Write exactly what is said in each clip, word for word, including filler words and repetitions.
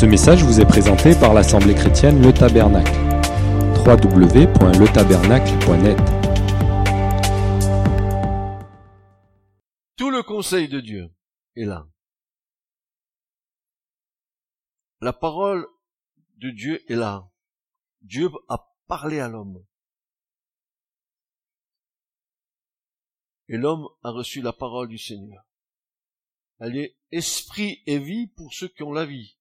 Ce message vous est présenté par l'Assemblée chrétienne Le Tabernacle. w w w point le tabernacle point net. Tout le conseil de Dieu est là. La parole de Dieu est là. Dieu a parlé à l'homme. Et l'homme a reçu la parole du Seigneur. Elle est esprit et vie pour ceux qui ont la vie.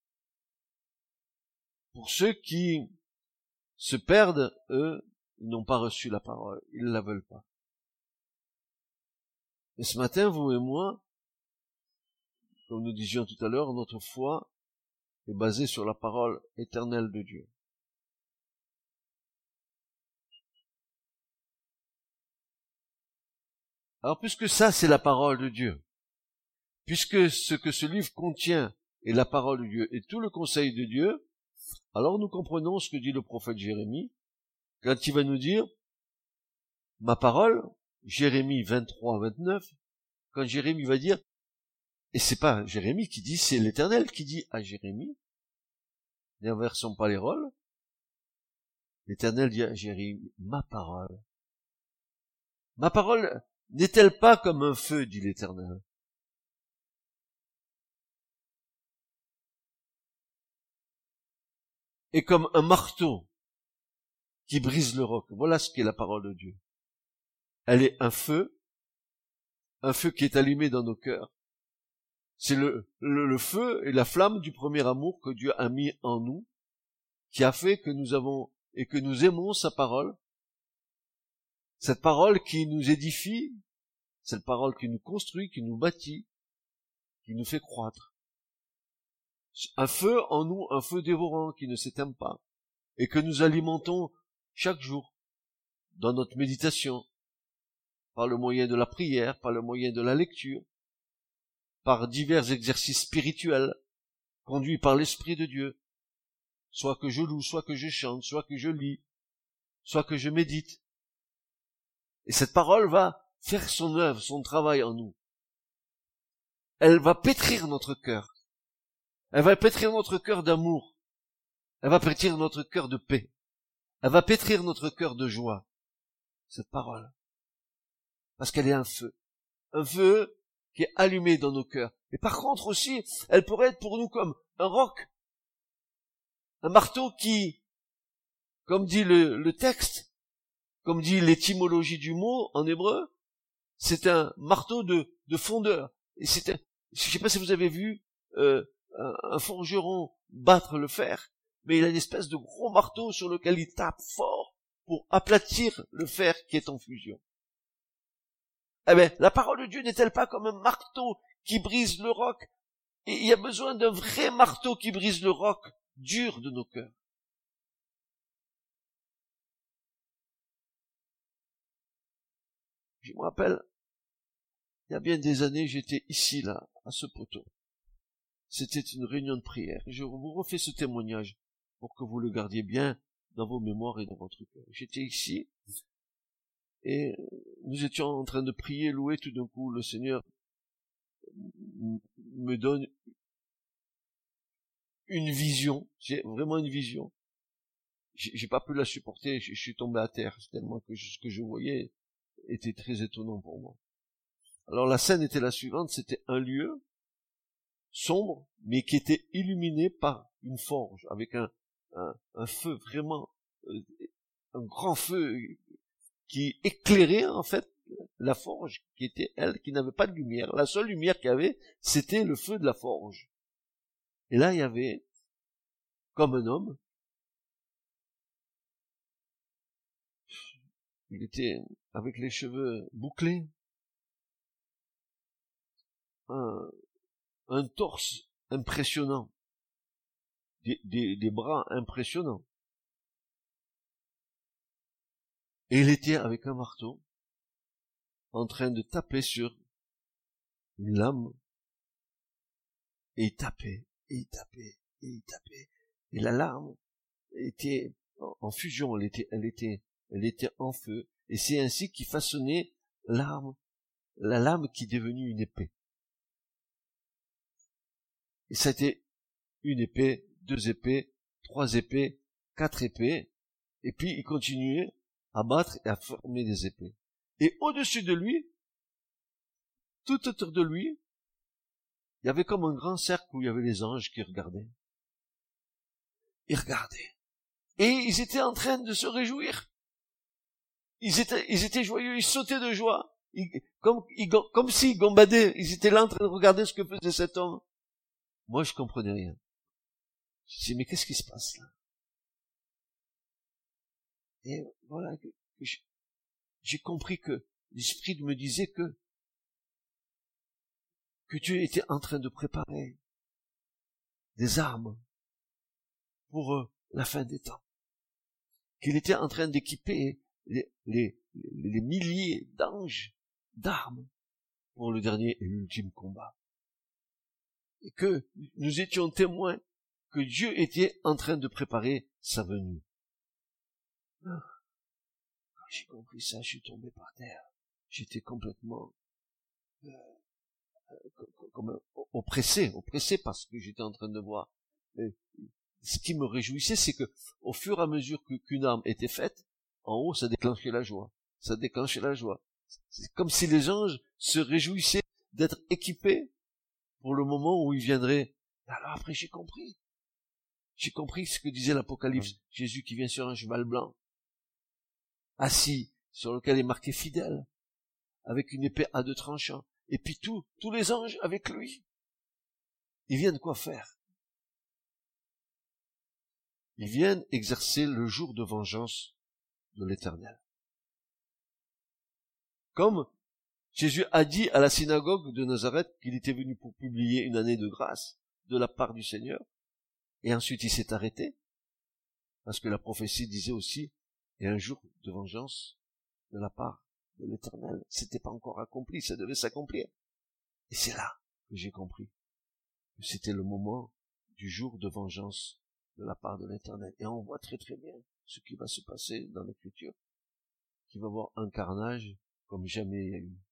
Pour ceux qui se perdent, eux, ils n'ont pas reçu la parole. Ils ne la veulent pas. Et ce matin, vous et moi, comme nous disions tout à l'heure, notre foi est basée sur la parole éternelle de Dieu. Alors, puisque ça, c'est la parole de Dieu, puisque ce que ce livre contient est la parole de Dieu et tout le conseil de Dieu, alors nous comprenons ce que dit le prophète Jérémie, quand il va nous dire, ma parole, Jérémie vingt-trois, vingt-neuf, quand Jérémie va dire, et c'est pas Jérémie qui dit, c'est l'Éternel qui dit à Jérémie, n'inversons pas les rôles, l'Éternel dit à Jérémie, ma parole. Ma parole n'est-elle pas comme un feu, dit l'Éternel? Et comme un marteau qui brise le roc. Voilà ce qu'est la parole de Dieu. Elle est un feu, un feu qui est allumé dans nos cœurs. C'est le, le, le feu et la flamme du premier amour que Dieu a mis en nous, qui a fait que nous avons et que nous aimons sa parole. Cette parole qui nous édifie, cette parole qui nous construit, qui nous bâtit, qui nous fait croître. Un feu en nous, un feu dévorant qui ne s'éteint pas, et que nous alimentons chaque jour dans notre méditation, par le moyen de la prière, par le moyen de la lecture, par divers exercices spirituels, conduits par l'Esprit de Dieu, soit que je loue, soit que je chante, soit que je lis, soit que je médite. Et cette parole va faire son œuvre, son travail en nous. Elle va pétrir notre cœur. Elle va pétrir notre cœur d'amour. Elle va pétrir notre cœur de paix. Elle va pétrir notre cœur de joie. Cette parole. Parce qu'elle est un feu. Un feu qui est allumé dans nos cœurs. Et par contre aussi, elle pourrait être pour nous comme un roc. Un marteau qui, comme dit le, le texte, comme dit l'étymologie du mot en hébreu, c'est un marteau de, de fondeur. Et c'est un, je ne sais pas si vous avez vu, euh, un, un forgeron battre le fer, mais il a une espèce de gros marteau sur lequel il tape fort pour aplatir le fer qui est en fusion. Eh bien, la parole de Dieu n'est-elle pas comme un marteau qui brise le roc? Et il y a besoin d'un vrai marteau qui brise le roc dur de nos cœurs. Je me rappelle, il y a bien des années, j'étais ici, là, à ce poteau. C'était une réunion de prière. Je vous refais ce témoignage pour que vous le gardiez bien dans vos mémoires et dans votre cœur. J'étais ici et nous étions en train de prier, louer. Tout d'un coup, le Seigneur me donne une vision. J'ai vraiment une vision. J'ai, j'ai pas pu la supporter. Je, je suis tombé à terre tellement que je, ce que je voyais était très étonnant pour moi. Alors la scène était la suivante. C'était un lieu sombre, mais qui était illuminé par une forge, avec un, un, un feu vraiment, euh, un grand feu qui éclairait en fait la forge, qui était elle, qui n'avait pas de lumière. La seule lumière qu'il y avait, c'était le feu de la forge. Et là, il y avait, comme un homme, il était avec les cheveux bouclés, un, un torse impressionnant, des, des, des bras impressionnants. Et il était avec un marteau, en train de taper sur une lame, et il tapait, et il tapait, et il tapait. Et la lame était en fusion, elle était, elle était, elle était en feu, et c'est ainsi qu'il façonnait l'arme, la lame qui est devenue une épée. Et c'était une épée deux épées, trois épées, quatre épées, et puis il continuait à battre et à former des épées. Et au-dessus de lui, tout autour de lui, il y avait comme un grand cercle où il y avait les anges qui regardaient. Ils regardaient. Et ils étaient en train de se réjouir. Ils étaient, ils étaient joyeux, ils sautaient de joie. Ils, comme, ils, comme s'ils gambadaient. Ils étaient là en train de regarder ce que faisait cet homme. Moi, je comprenais rien. Je me disais, mais qu'est-ce qui se passe là? Et voilà, que, que j'ai compris que l'Esprit me disait que que Dieu était en train de préparer des armes pour euh, la fin des temps. Qu'il était en train d'équiper les, les, les milliers d'anges d'armes pour le dernier et l'ultime combat. Et que nous étions témoins que Dieu était en train de préparer sa venue. Quand j'ai compris ça, je suis tombé par terre. J'étais complètement euh, comme oppressé, oppressé parce que j'étais en train de voir. Et ce qui me réjouissait, c'est que au fur et à mesure qu'une arme était faite, en haut, ça déclenchait la joie. Ça déclenchait la joie. C'est comme si les anges se réjouissaient d'être équipés pour le moment où ils viendraient. Alors après, j'ai compris. J'ai compris ce que disait l'Apocalypse. Jésus qui vient sur un cheval blanc, assis, sur lequel est marqué fidèle, avec une épée à deux tranchants. Et puis tous, tous les anges avec lui. Ils viennent quoi faire? Ils viennent exercer le jour de vengeance de l'Éternel. Comme Jésus a dit à la synagogue de Nazareth qu'il était venu pour publier une année de grâce de la part du Seigneur, et ensuite il s'est arrêté, parce que la prophétie disait aussi, et un jour de vengeance de la part de l'Éternel. C'était pas encore accompli, ça devait s'accomplir. Et c'est là que j'ai compris que c'était le moment du jour de vengeance de la part de l'Éternel. Et on voit très très bien ce qui va se passer dans l'Écriture, qui va avoir un carnage comme jamais il y a eu.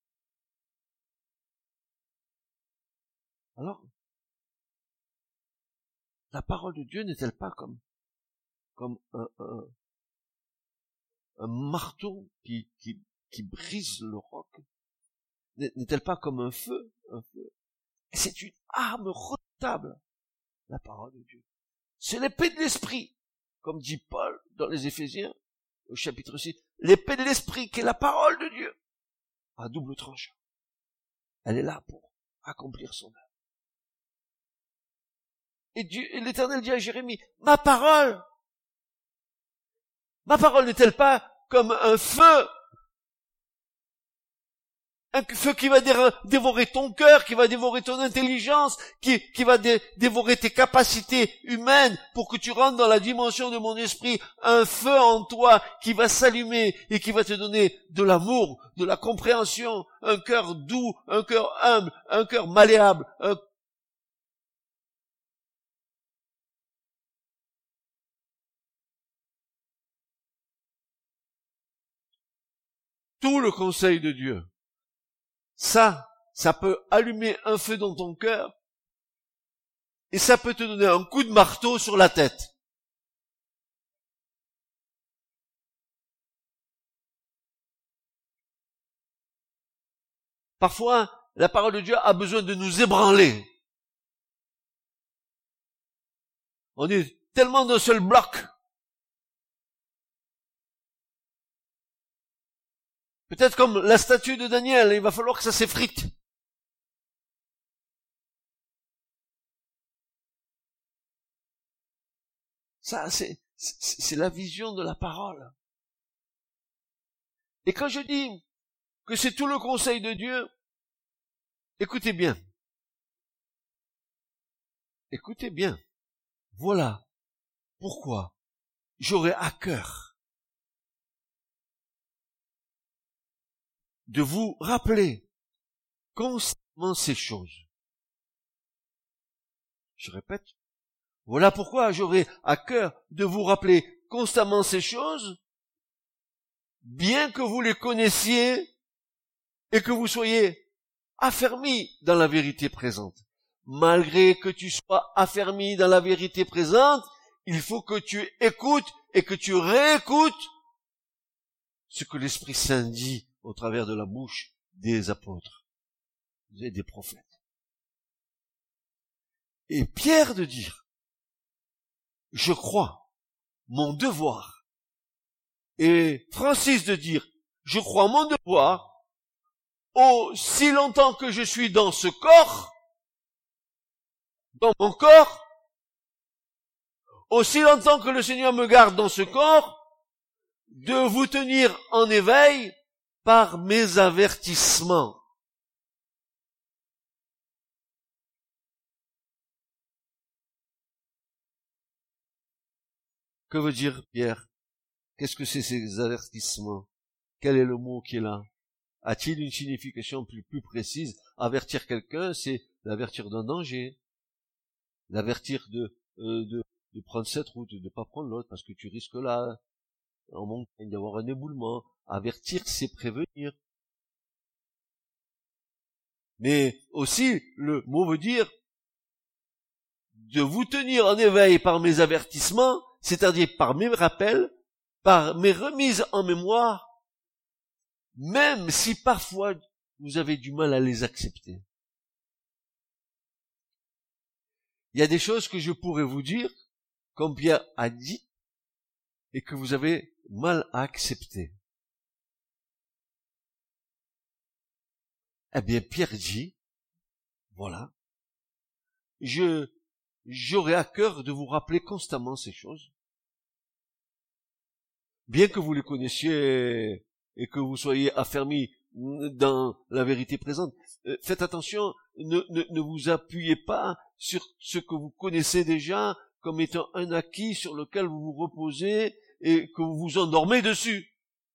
Alors, la parole de Dieu n'est-elle pas comme, comme un, un, un marteau qui, qui, qui brise le roc? N'est-elle pas comme un feu, un feu? C'est une arme redoutable, la parole de Dieu. C'est l'épée de l'esprit, comme dit Paul dans les Éphésiens, au chapitre six. L'épée de l'esprit, qui est la parole de Dieu, à double tranchant. Elle est là pour accomplir son œuvre. Et Dieu, et l'Éternel dit à Jérémie, ma parole, ma parole n'est-elle pas comme un feu? Un feu qui va dévorer ton cœur, qui va dévorer ton intelligence, qui, qui va dé, dévorer tes capacités humaines pour que tu rentres dans la dimension de mon esprit. Un feu en toi qui va s'allumer et qui va te donner de l'amour, de la compréhension, un cœur doux, un cœur humble, un cœur malléable. Un... Tout le conseil de Dieu. Ça, ça peut allumer un feu dans ton cœur et ça peut te donner un coup de marteau sur la tête. Parfois, la parole de Dieu a besoin de nous ébranler. On est tellement d'un seul bloc. Peut-être comme la statue de Daniel, il va falloir que ça s'effrite. Ça, c'est, c'est, c'est la vision de la parole. Et quand je dis que c'est tout le conseil de Dieu, écoutez bien. Écoutez bien. Voilà pourquoi j'aurai à cœur de vous rappeler constamment ces choses. Je répète, voilà pourquoi j'aurai à cœur de vous rappeler constamment ces choses, bien que vous les connaissiez et que vous soyez affermis dans la vérité présente. malgré que tu sois affermi dans la vérité présente, il faut que tu écoutes et que tu réécoutes ce que l'Esprit Saint dit au travers de la bouche des apôtres et des prophètes. Et Pierre de dire, je crois, mon devoir. Et Francis de dire, je crois mon devoir, aussi longtemps que je suis dans ce corps, dans mon corps, aussi longtemps que le Seigneur me garde dans ce corps, de vous tenir en éveil par mes avertissements. Que veut dire Pierre? Qu'est-ce que c'est ces avertissements? Quel est le mot qui est là? A-t-il une signification plus, plus précise? Avertir quelqu'un, c'est l'avertir d'un danger. L'avertir de, euh, de, de prendre cette route, de ne pas prendre l'autre, parce que tu risques là, en montagne, d'avoir un éboulement. Avertir, c'est prévenir. Mais aussi, le mot veut dire de vous tenir en éveil par mes avertissements, c'est-à-dire par mes rappels, par mes remises en mémoire, même si parfois vous avez du mal à les accepter. Il y a des choses que je pourrais vous dire, comme Pierre a dit, et que vous avez mal à accepter. Eh bien, Pierre dit, voilà, je, j'aurai à cœur de vous rappeler constamment ces choses. Bien que vous les connaissiez et que vous soyez affermis dans la vérité présente, faites attention, ne, ne, ne vous appuyez pas sur ce que vous connaissez déjà comme étant un acquis sur lequel vous vous reposez et que vous vous endormez dessus.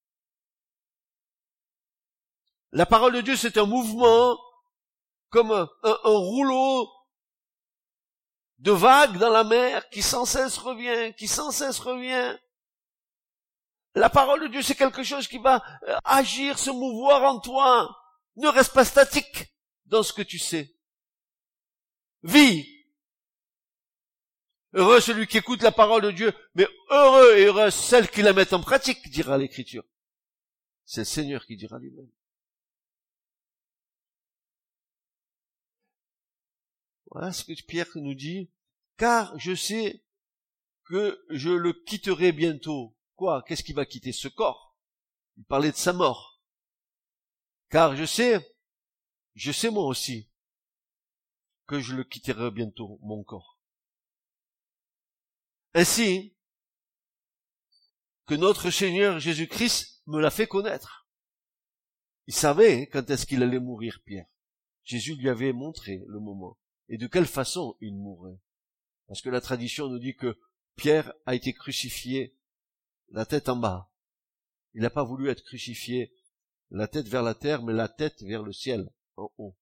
La parole de Dieu, c'est un mouvement, comme un, un, un rouleau de vagues dans la mer qui sans cesse revient, qui sans cesse revient. La parole de Dieu, c'est quelque chose qui va agir, se mouvoir en toi. Ne reste pas statique dans ce que tu sais. Vis. Heureux celui qui écoute la parole de Dieu, mais heureux et heureuse celle qui la met en pratique, dira l'Écriture. C'est le Seigneur qui dira lui-même. Voilà ce que Pierre nous dit. Car je sais que je le quitterai bientôt. Quoi? Qu'est-ce qui va quitter ce corps? Il parlait de sa mort. Car je sais, je sais moi aussi, que je le quitterai bientôt, mon corps. Ainsi que notre Seigneur Jésus-Christ me l'a fait connaître. Il savait quand est-ce qu'il allait mourir, Pierre. Jésus lui avait montré le moment. Et de quelle façon il mourrait. Parce que la tradition nous dit que Pierre a été crucifié la tête en bas. Il n'a pas voulu être crucifié la tête vers la terre, mais la tête vers le ciel, en haut.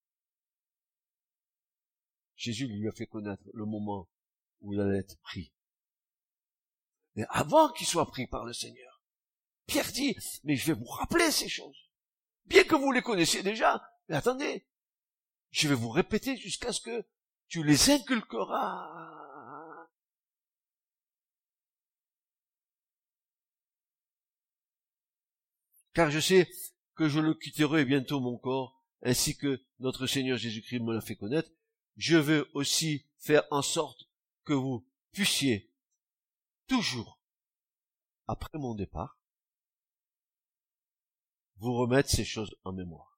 Jésus lui a fait connaître le moment où il allait être pris. Mais avant qu'il soit pris par le Seigneur, Pierre dit, mais je vais vous rappeler ces choses. Bien que vous les connaissiez déjà, mais attendez, je vais vous répéter jusqu'à ce que tu les inculqueras. Car je sais que je le quitterai bientôt mon corps, ainsi que notre Seigneur Jésus-Christ me l'a fait connaître. Je veux aussi faire en sorte que vous puissiez toujours, après mon départ, vous remettre ces choses en mémoire.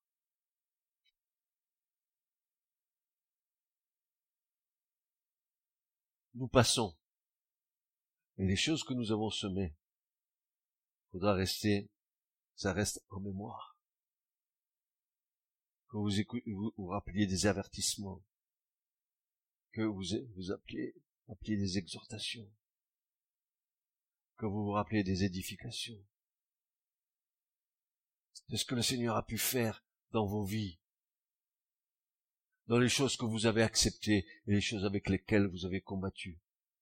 Nous passons, et les choses que nous avons semées, il faudra rester, ça reste en mémoire. Que vous écoutez, vous, vous rappeliez des avertissements, que vous, vous appeliez, appeliez des exhortations, que vous vous rappeliez des édifications. C'est ce que le Seigneur a pu faire dans vos vies, dans les choses que vous avez acceptées et les choses avec lesquelles vous avez combattu.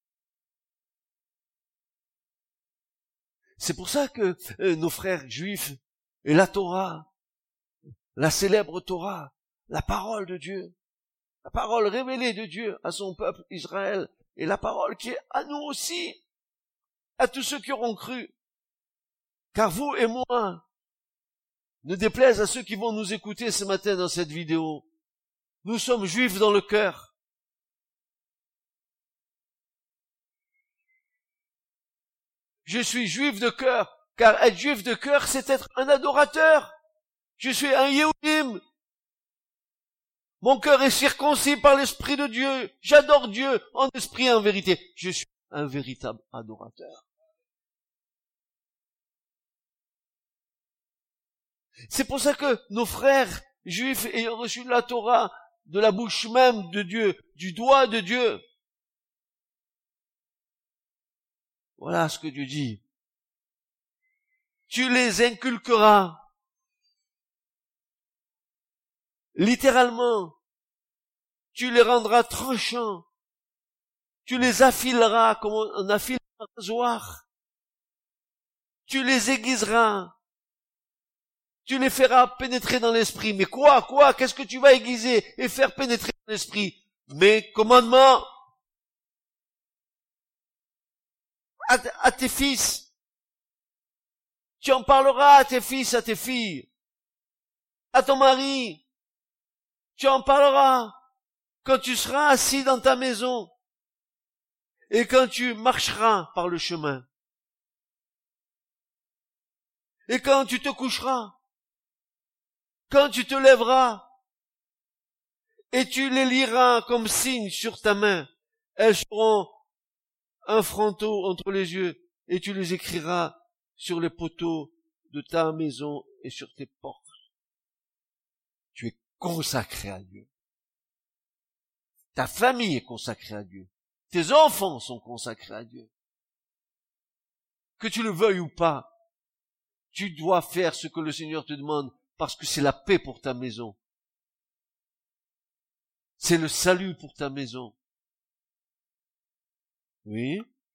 C'est pour ça que euh, nos frères juifs et la Torah, la célèbre Torah, la parole de Dieu, La parole révélée de Dieu à son peuple Israël et la parole qui est à nous aussi, à tous ceux qui auront cru. Car vous et moi, ne déplaise à ceux qui vont nous écouter ce matin dans cette vidéo, nous sommes juifs dans le cœur. Je suis juif de cœur, car être juif de cœur, c'est être un adorateur. Je suis un Yehudim. Mon cœur est circoncis par l'Esprit de Dieu. J'adore Dieu en esprit et en vérité. Je suis un véritable adorateur. C'est pour ça que nos frères juifs ayant reçu la Torah de la bouche même de Dieu, du doigt de Dieu, voilà ce que Dieu dit. Tu les inculqueras. Littéralement, tu les rendras tranchants. Tu les affileras comme on affile un rasoir. Tu les aiguiseras. Tu les feras pénétrer dans l'esprit. Mais quoi, quoi, qu'est-ce que tu vas aiguiser et faire pénétrer dans l'esprit? Mes commandements à, à tes fils. Tu en parleras à tes fils, à tes filles. À ton mari. Tu en parleras quand tu seras assis dans ta maison et quand tu marcheras par le chemin. Et quand tu te coucheras. Quand tu te lèveras, et tu les liras comme signe sur ta main, elles seront un fronteau entre les yeux, et tu les écriras sur les poteaux de ta maison et sur tes portes. Tu es consacré à Dieu. Ta famille est consacrée à Dieu. Tes enfants sont consacrés à Dieu. Que tu le veuilles ou pas, tu dois faire ce que le Seigneur te demande, parce que c'est la paix pour ta maison. C'est le salut pour ta maison. Oui.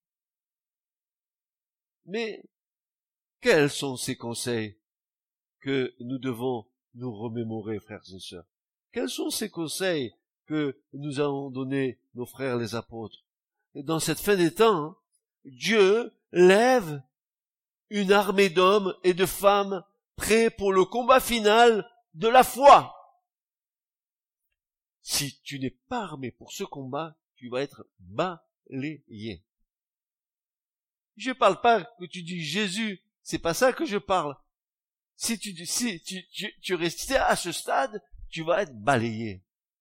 Mais, quels sont ces conseils que nous devons nous remémorer, frères et sœurs? Quels sont ces conseils que nous avons donnés nos frères les apôtres? Et dans cette fin des temps, Dieu lève une armée d'hommes et de femmes prêts pour le combat final de la foi. Si tu n'es pas armé pour ce combat, tu vas être balayé. Je parle pas que tu dis Jésus, c'est pas ça que je parle. Si tu dis, si tu, tu, tu restes à ce stade, tu vas être balayé.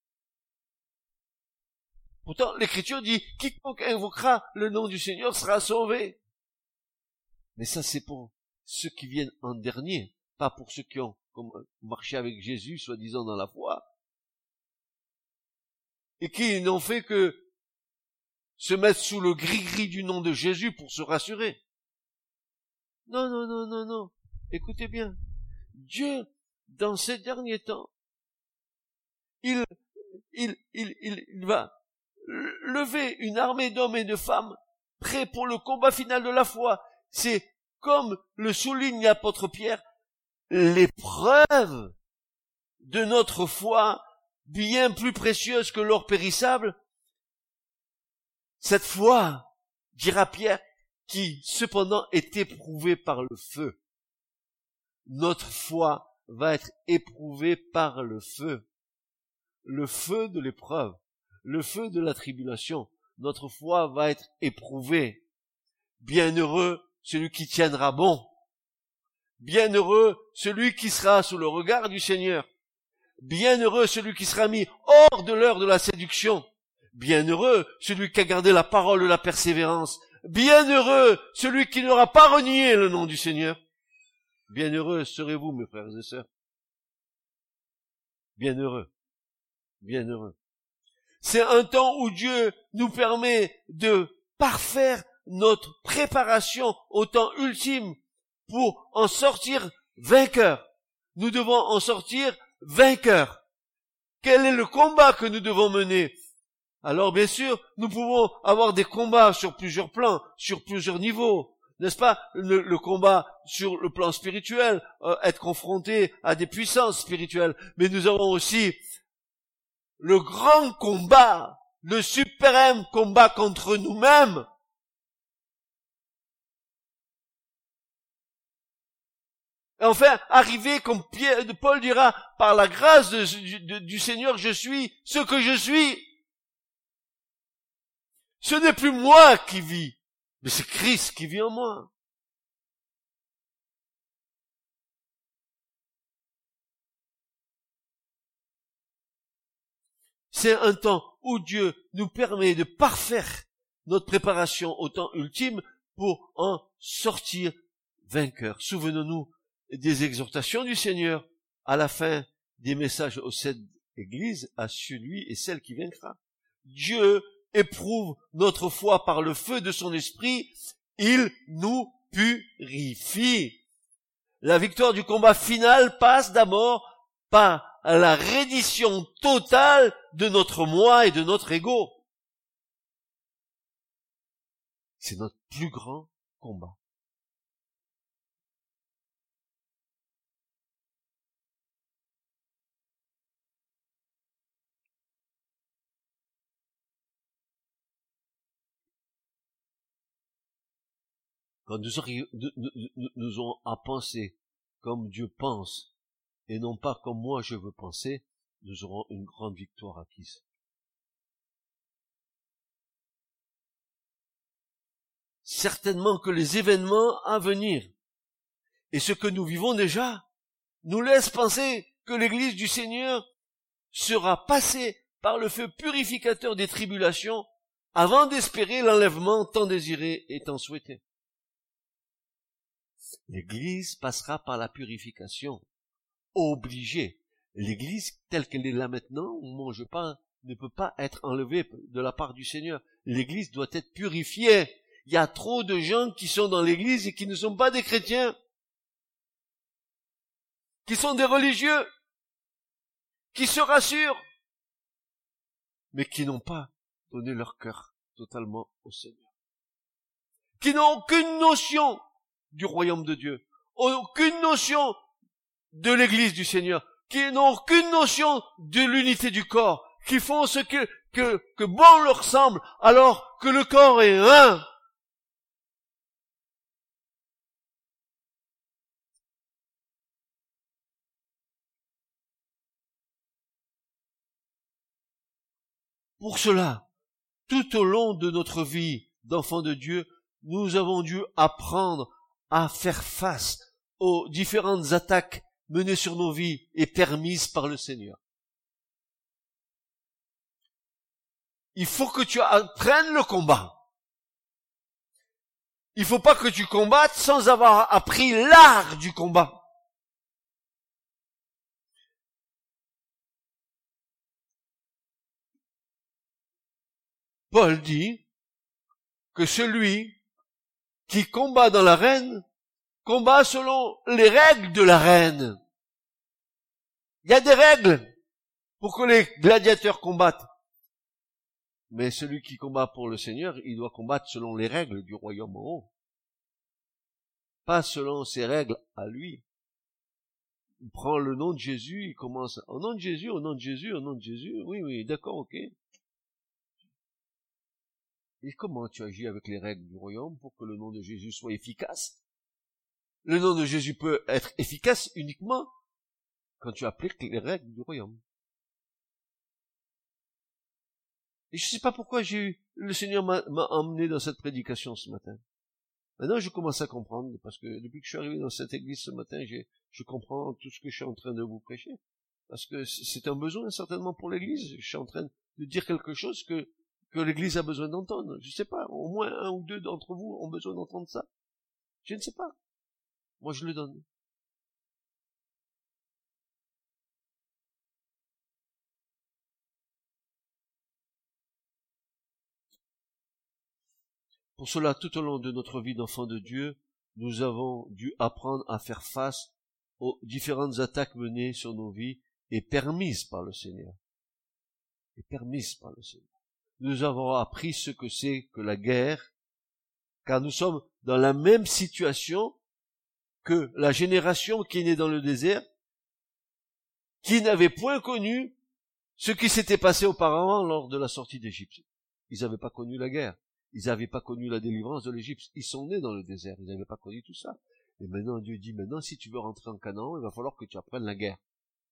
Pourtant, l'Écriture dit, quiconque invoquera le nom du Seigneur sera sauvé. Mais ça, c'est pour ceux qui viennent en dernier, pas pour ceux qui ont marché avec Jésus, soi-disant dans la foi, et qui n'ont fait que se mettre sous le gris-gris du nom de Jésus pour se rassurer. Non, non, non, non, non. Écoutez bien. Dieu, dans ces derniers temps, il, il, il, il, il va lever une armée d'hommes et de femmes prêts pour le combat final de la foi. C'est, comme le souligne l'apôtre Pierre, l'épreuve de notre foi, bien plus précieuse que l'or périssable. Cette foi, dira Pierre, qui cependant est éprouvée par le feu. Notre foi va être éprouvée par le feu. Le feu de l'épreuve, le feu de la tribulation. Notre foi va être éprouvée. Bienheureux celui qui tiendra bon. Bienheureux celui qui sera sous le regard du Seigneur. Bienheureux celui qui sera mis hors de l'heure de la séduction. Bienheureux celui qui a gardé la parole de la persévérance. Bienheureux celui qui n'aura pas renié le nom du Seigneur. Bienheureux serez-vous, mes frères et sœurs. Bienheureux. Bienheureux. C'est un temps où Dieu nous permet de parfaire notre préparation au temps ultime pour en sortir vainqueur. Nous devons en sortir vainqueur. Quel est le combat que nous devons mener? Alors bien sûr, nous pouvons avoir des combats sur plusieurs plans, sur plusieurs niveaux, n'est-ce pas? Le, le combat sur le plan spirituel, euh, être confronté à des puissances spirituelles, mais nous avons aussi le grand combat, le suprême combat contre nous-mêmes. Et enfin, arriver, comme Pierre, Paul dira, par la grâce de, de, du Seigneur, je suis ce que je suis. Ce n'est plus moi qui vis, mais c'est Christ qui vit en moi. C'est un temps où Dieu nous permet de parfaire notre préparation au temps ultime pour en sortir vainqueur. Souvenons-nous des exhortations du Seigneur à la fin des messages aux sept églises, à celui et celle qui vaincra. Dieu éprouve notre foi par le feu de son esprit, il nous purifie. La victoire du combat final passe d'abord par la reddition totale de notre moi et de notre ego. C'est notre plus grand combat. Quand nous, aurions, nous, nous, nous aurons à penser comme Dieu pense, et non pas comme moi je veux penser, nous aurons une grande victoire acquise. Certainement que les événements à venir, et ce que nous vivons déjà, nous laissent penser que l'Église du Seigneur sera passée par le feu purificateur des tribulations avant d'espérer l'enlèvement tant désiré et tant souhaité. L'Église passera par la purification, obligée. L'Église telle qu'elle est là maintenant, on ne mange pas, ne peut pas être enlevée de la part du Seigneur. L'Église doit être purifiée. Il y a trop de gens qui sont dans l'Église et qui ne sont pas des chrétiens, qui sont des religieux, qui se rassurent, mais qui n'ont pas donné leur cœur totalement au Seigneur, qui n'ont aucune notion du royaume de Dieu, aucune notion de l'Église du Seigneur, qui n'ont aucune notion de l'unité du corps, qui font ce que, que, que bon leur semble, alors que le corps est un. Pour cela, tout au long de notre vie d'enfants de Dieu, nous avons dû apprendre à faire face aux différentes attaques menées sur nos vies et permises par le Seigneur. Il faut que tu apprennes le combat. Il faut pas que tu combattes sans avoir appris l'art du combat. Paul dit que celui qui combat dans l'arène combat selon les règles de l'arène. Il y a des règles pour que les gladiateurs combattent. Mais celui qui combat pour le Seigneur, il doit combattre selon les règles du royaume en haut. Pas selon ses règles à lui. Il prend le nom de Jésus, il commence au nom de Jésus, au nom de Jésus, au nom de Jésus. Oui, oui, d'accord, ok. Et comment tu agis avec les règles du royaume pour que le nom de Jésus soit efficace? Le nom de Jésus peut être efficace uniquement quand tu appliques les règles du royaume. Et je ne sais pas pourquoi j'ai eu, le Seigneur m'a emmené dans cette prédication ce matin. Maintenant, je commence à comprendre, parce que depuis que je suis arrivé dans cette église ce matin, j'ai, je comprends tout ce que je suis en train de vous prêcher. Parce que c'est un besoin, certainement, pour l'église. Je suis en train de dire quelque chose que, que l'église a besoin d'entendre. Je ne sais pas, au moins un ou deux d'entre vous ont besoin d'entendre ça. Je ne sais pas. Moi, je le donne. Pour cela, tout au long de notre vie d'enfant de Dieu, nous avons dû apprendre à faire face aux différentes attaques menées sur nos vies et permises par le Seigneur. Et permises par le Seigneur. Nous avons appris ce que c'est que la guerre, car nous sommes dans la même situation que la génération qui est née dans le désert, qui n'avait point connu ce qui s'était passé auparavant lors de la sortie d'Égypte. Ils n'avaient pas connu la guerre. Ils n'avaient pas connu la délivrance de l'Égypte. Ils sont nés dans le désert. Ils n'avaient pas connu tout ça. Et maintenant, Dieu dit, maintenant, si tu veux rentrer en Canaan, il va falloir que tu apprennes la guerre.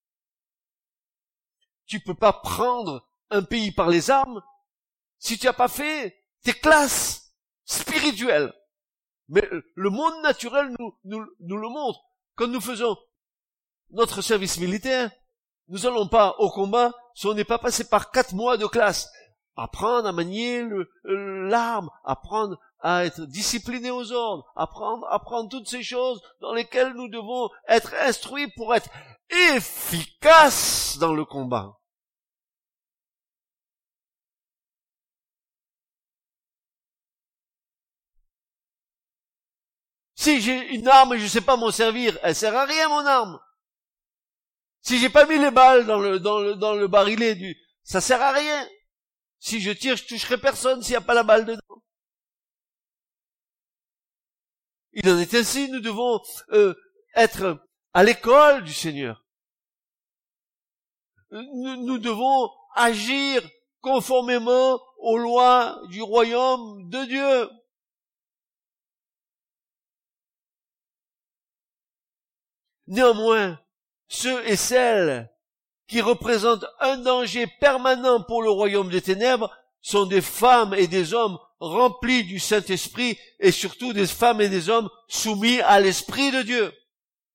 Tu peux pas prendre un pays par les armes si tu n'as pas fait tes classes spirituelles. Mais le monde naturel nous, nous, nous le montre. Quand nous faisons notre service militaire, nous n'allons pas au combat si on n'est pas passé par quatre mois de classe. Apprendre à manier le, l'arme, apprendre à être discipliné aux ordres, apprendre, apprendre toutes ces choses dans lesquelles nous devons être instruits pour être efficaces dans le combat. Si j'ai une arme et je sais pas m'en servir, elle sert à rien mon arme. Si j'ai pas mis les balles dans le, dans le, dans le barillet du, ça sert à rien. Si je tire, je toucherai personne s'il n'y a pas la balle dedans. Il en est ainsi, nous devons euh, être à l'école du Seigneur. Nous, nous devons agir conformément aux lois du royaume de Dieu. Néanmoins, ceux et celles qui représentent un danger permanent pour le royaume des ténèbres sont des femmes et des hommes remplis du Saint-Esprit et surtout des femmes et des hommes soumis à l'Esprit de Dieu. Vous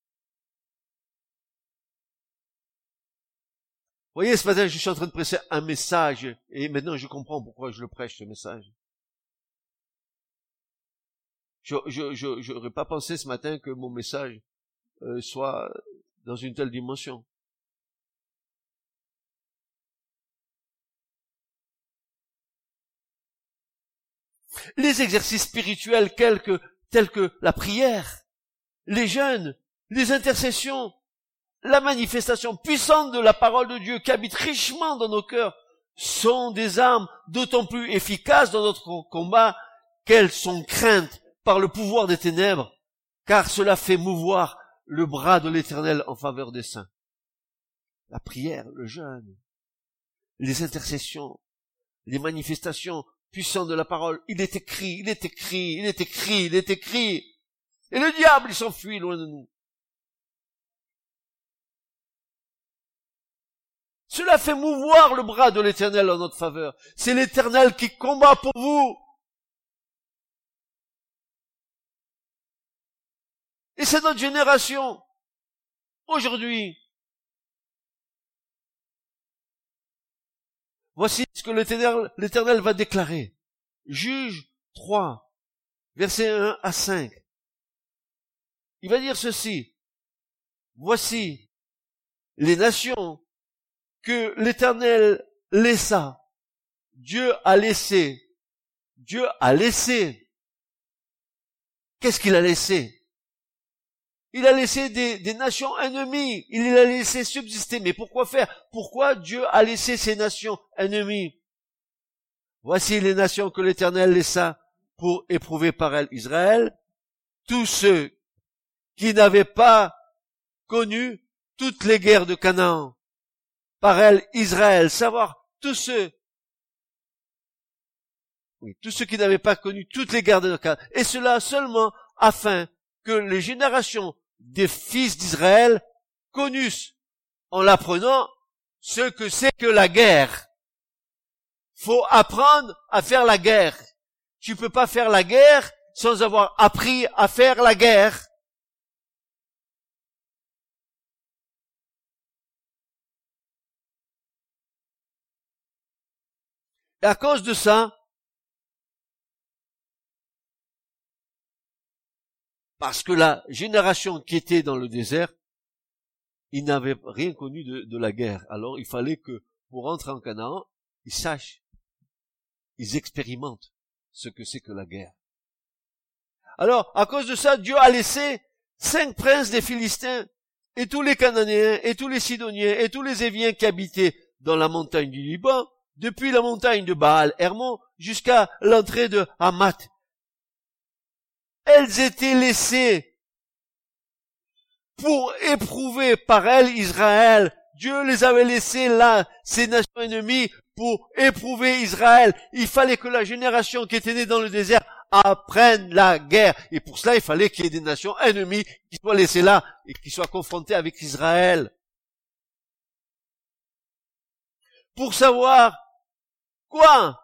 voyez, ce matin, je suis en train de prêcher un message et maintenant je comprends pourquoi je le prêche, ce message. Je, je, je, j'aurais pas pensé ce matin que mon message euh, soit dans une telle dimension. Les exercices spirituels tels que, tels que la prière, les jeûnes, les intercessions, la manifestation puissante de la parole de Dieu qui habite richement dans nos cœurs sont des armes d'autant plus efficaces dans notre combat qu'elles sont craintes par le pouvoir des ténèbres, car cela fait mouvoir le bras de l'Éternel en faveur des saints. La prière, le jeûne, les intercessions, les manifestations puissantes de la parole, il est écrit, il est écrit, il est écrit, il est écrit. Et le diable, il s'enfuit loin de nous. Cela fait mouvoir le bras de l'Éternel en notre faveur. C'est l'Éternel qui combat pour vous. Et c'est notre génération. Aujourd'hui. Voici ce que l'Éternel, l'Éternel va déclarer. Juge trois, versets un à cinq. Il va dire ceci. Voici les nations que l'Éternel laissa. Dieu a laissé. Dieu a laissé. Qu'est-ce qu'il a laissé? Il a laissé des, des nations ennemies. Il les a laissé subsister. Mais pourquoi faire? Pourquoi Dieu a laissé ces nations ennemies? Voici les nations que l'Éternel laissa pour éprouver par elles Israël. Tous ceux qui n'avaient pas connu toutes les guerres de Canaan. Par elles, Israël. Savoir tous ceux. Oui, tous ceux qui n'avaient pas connu toutes les guerres de Canaan. Et cela seulement afin que les générations des fils d'Israël connussent, en l'apprenant, ce que c'est que la guerre. Faut apprendre à faire la guerre. Tu peux pas faire la guerre sans avoir appris à faire la guerre. Et à cause de ça, parce que la génération qui était dans le désert, ils n'avaient rien connu de, de la guerre. Alors il fallait que, pour rentrer en Canaan, ils sachent, ils expérimentent ce que c'est que la guerre. Alors, à cause de ça, Dieu a laissé cinq princes des Philistins, et tous les Cananéens, et tous les Sidoniens, et tous les Éviens qui habitaient dans la montagne du Liban, depuis la montagne de Baal-Hermon jusqu'à l'entrée de Hamath. Elles étaient laissées pour éprouver par elles Israël Dieu les avait laissés là, ces nations ennemies, pour éprouver Israël. Il fallait que la génération qui était née dans le désert apprenne la guerre. Et pour cela, il fallait qu'il y ait des nations ennemies qui soient laissées là et qui soient confrontées avec Israël. Pour savoir quoi?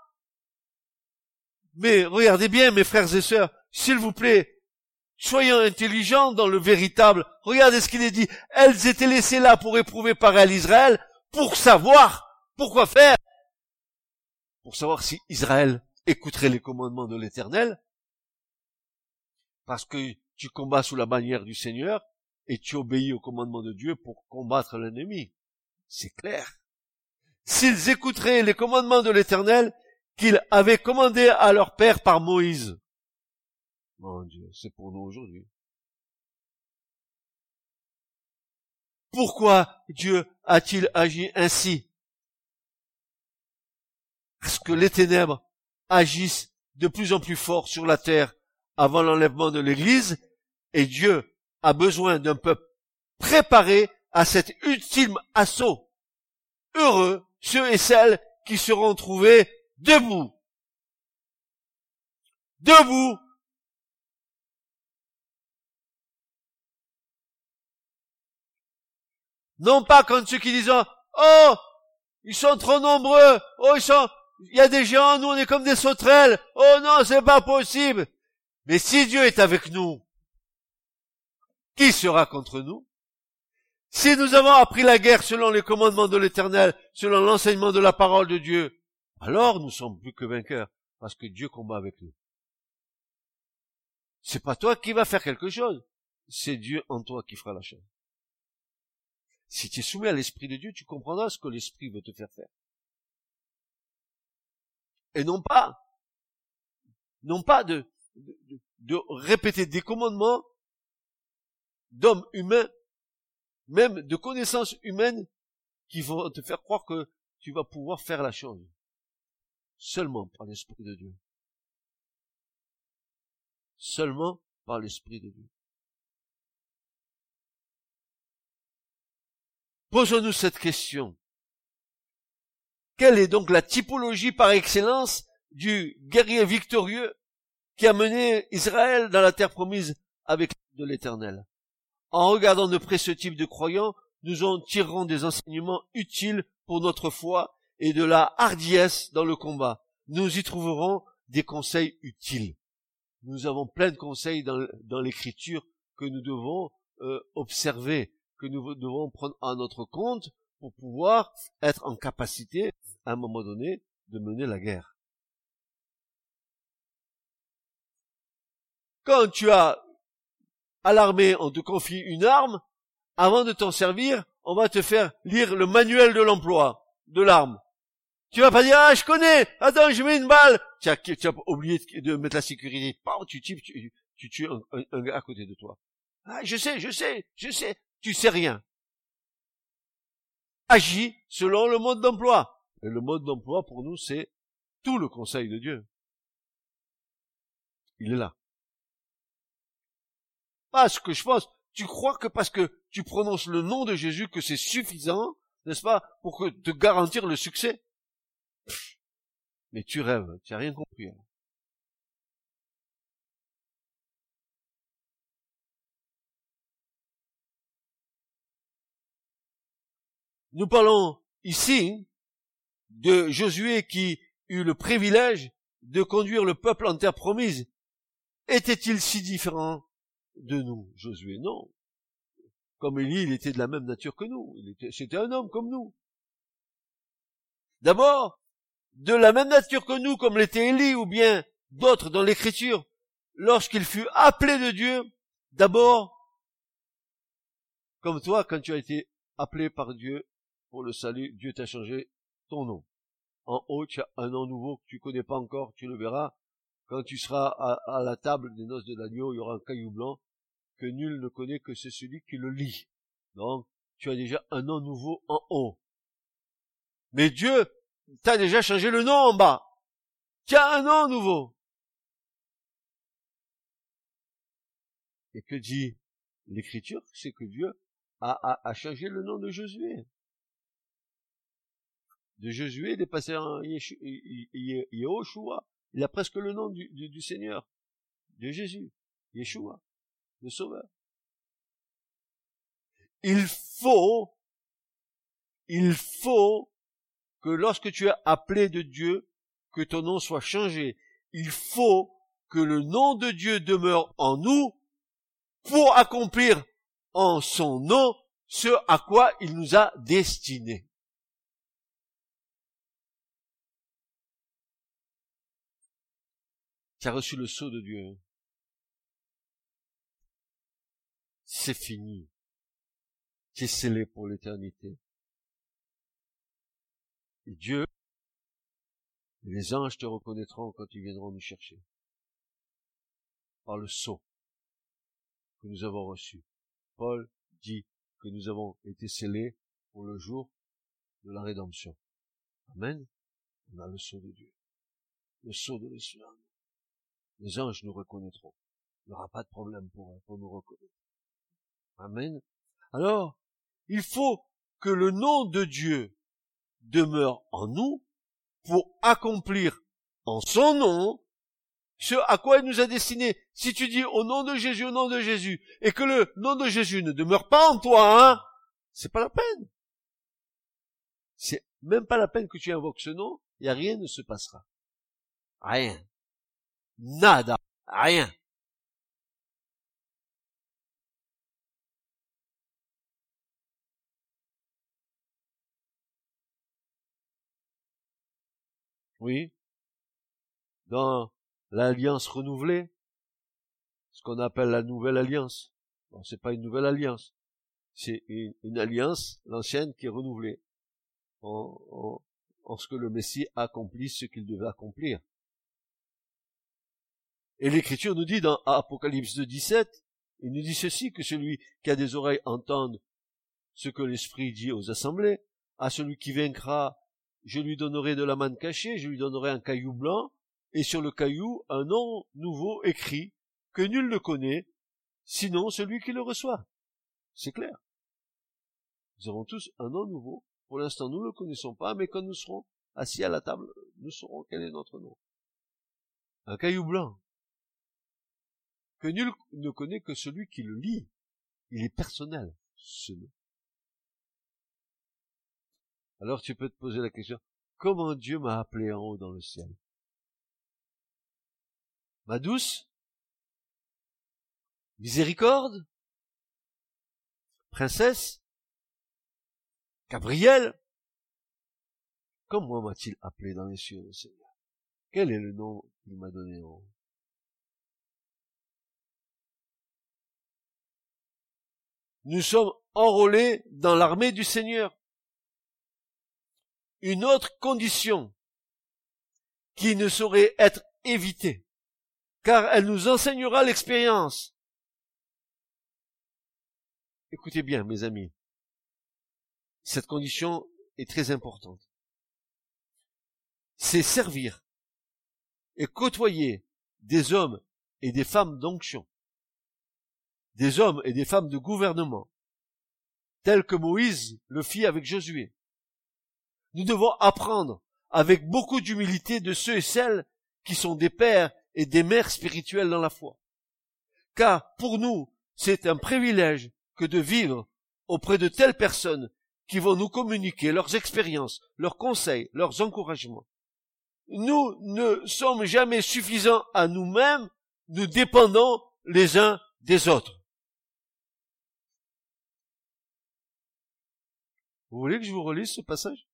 Mais regardez bien, mes frères et sœurs, s'il vous plaît, soyons intelligents dans le véritable. Regardez ce qu'il est dit. Elles étaient laissées là pour éprouver par elles Israël, pour savoir pourquoi faire. Pour savoir si Israël écouterait les commandements de l'Éternel, parce que tu combats sous la bannière du Seigneur, et tu obéis aux commandements de Dieu pour combattre l'ennemi. C'est clair. S'ils écouteraient les commandements de l'Éternel, qu'il avait commandé à leur père par Moïse. Mon Dieu, c'est pour nous aujourd'hui. Pourquoi Dieu a-t-il agi ainsi? Parce que les ténèbres agissent de plus en plus fort sur la terre avant l'enlèvement de l'Église, et Dieu a besoin d'un peuple préparé à cet ultime assaut. Heureux ceux et celles qui seront trouvés debout. Debout. Non pas comme ceux qui disent « Oh, ils sont trop nombreux. Oh, ils sont, il y a des géants, nous on est comme des sauterelles. Oh non, c'est pas possible. » Mais si Dieu est avec nous, qui sera contre nous? Si nous avons appris la guerre selon les commandements de l'Éternel, selon l'enseignement de la parole de Dieu, alors nous sommes plus que vainqueurs, parce que Dieu combat avec nous. C'est pas toi qui vas faire quelque chose, c'est Dieu en toi qui fera la chose. Si tu es soumis à l'Esprit de Dieu, tu comprendras ce que l'Esprit veut te faire faire. Et non pas, non pas de, de, de répéter des commandements d'hommes humains, même de connaissances humaines, qui vont te faire croire que tu vas pouvoir faire la chose. Seulement par l'Esprit de Dieu. Seulement par l'Esprit de Dieu. Posons-nous cette question. Quelle est donc la typologie par excellence du guerrier victorieux qui a mené Israël dans la terre promise avec de l'Éternel? En regardant de près ce type de croyants, nous en tirerons des enseignements utiles pour notre foi et de la hardiesse dans le combat. Nous y trouverons des conseils utiles. Nous avons plein de conseils dans, dans l'Écriture que nous devons euh, observer, que nous devons prendre à notre compte pour pouvoir être en capacité, à un moment donné, de mener la guerre. Quand tu as à l'armée, on te confie une arme, avant de t'en servir, on va te faire lire le manuel de l'emploi de l'arme. Tu vas pas dire, ah, je connais, attends, je mets une balle. Tu as, tu as oublié de mettre la sécurité. Tu tues, tu, tu tues un, un, un gars à côté de toi. Ah, je sais, je sais, je sais. Tu sais rien. Agis selon le mode d'emploi. Et le mode d'emploi, pour nous, c'est tout le conseil de Dieu. Il est là. Pas ce que je pense. Tu crois que parce que tu prononces le nom de Jésus, que c'est suffisant, n'est-ce pas, pour que te garantir le succès? Pff, mais tu rêves, tu n'as rien compris. Hein. Nous parlons ici de Josué qui eut le privilège de conduire le peuple en terre promise. Était-il si différent de nous, Josué? Non. Comme Élie, il était de la même nature que nous. Il était, c'était un homme comme nous. D'abord, de la même nature que nous, comme l'était Élie, ou bien d'autres dans l'Écriture, lorsqu'il fut appelé de Dieu, d'abord, comme toi, quand tu as été appelé par Dieu pour le salut, Dieu t'a changé ton nom. En haut, tu as un nom nouveau que tu connais pas encore, tu le verras. Quand tu seras à, à la table des noces de l'agneau, il y aura un caillou blanc que nul ne connaît que c'est celui qui le lit. Donc, tu as déjà un nom nouveau en haut. Mais Dieu t'a déjà changé le nom en bas. Tu as un nom nouveau. Et que dit l'Écriture? C'est que Dieu a, a, a changé le nom de Josué. de Josué, il est passé en Yehoshua. Il a presque le nom du, du, du Seigneur, de Jésus, Yeshua, le Sauveur. Il faut, il faut que lorsque tu es appelé de Dieu, que ton nom soit changé. Il faut que le nom de Dieu demeure en nous pour accomplir en son nom ce à quoi il nous a destinés. Tu as reçu le sceau de Dieu. C'est fini. Tu es scellé pour l'éternité. Et Dieu, et les anges te reconnaîtront quand ils viendront nous chercher. Par le sceau que nous avons reçu. Paul dit que nous avons été scellés pour le jour de la rédemption. Amen. On a le sceau de Dieu. Le sceau de l'Islam. Les anges nous reconnaîtront. Il n'y aura pas de problème pour, pour nous reconnaître. Amen. Alors, il faut que le nom de Dieu demeure en nous pour accomplir en son nom ce à quoi il nous a destinés. Si tu dis au nom de Jésus, au nom de Jésus, et que le nom de Jésus ne demeure pas en toi, hein, c'est pas la peine. C'est même pas la peine que tu invoques ce nom, et rien ne se passera. Rien. Nada. Rien. Oui. Dans l'alliance renouvelée, ce qu'on appelle la nouvelle alliance. Bon, c'est pas une nouvelle alliance. C'est une, une alliance, l'ancienne, qui est renouvelée. En, en, en ce que le Messie accomplit ce qu'il devait accomplir. Et l'Écriture nous dit dans Apocalypse deux, dix-sept, il nous dit ceci, que celui qui a des oreilles entende ce que l'Esprit dit aux assemblées. À celui qui vaincra, je lui donnerai de la manne cachée, je lui donnerai un caillou blanc, et sur le caillou un nom nouveau écrit, que nul ne connaît, sinon celui qui le reçoit. C'est clair. Nous avons tous un nom nouveau. Pour l'instant, nous ne le connaissons pas, mais quand nous serons assis à la table, nous saurons quel est notre nom. Un caillou blanc, que nul ne connaît que celui qui le lit. Il est personnel, ce nom. Alors tu peux te poser la question, comment Dieu m'a appelé en haut dans le ciel? Ma douce? Miséricorde? Princesse? Gabriel? Comment m'a-t-il appelé dans les cieux, le Seigneur? Quel est le nom qu'il m'a donné en haut? Nous sommes enrôlés dans l'armée du Seigneur. Une autre condition qui ne saurait être évitée, car elle nous enseignera l'expérience. Écoutez bien, mes amis, cette condition est très importante. C'est servir et côtoyer des hommes et des femmes d'onction, des hommes et des femmes de gouvernement, tels que Moïse le fit avec Josué. Nous devons apprendre avec beaucoup d'humilité de ceux et celles qui sont des pères et des mères spirituelles dans la foi. Car pour nous, c'est un privilège que de vivre auprès de telles personnes qui vont nous communiquer leurs expériences, leurs conseils, leurs encouragements. Nous ne sommes jamais suffisants à nous-mêmes, nous dépendons les uns des autres. Vous voulez que je vous relise ce passage?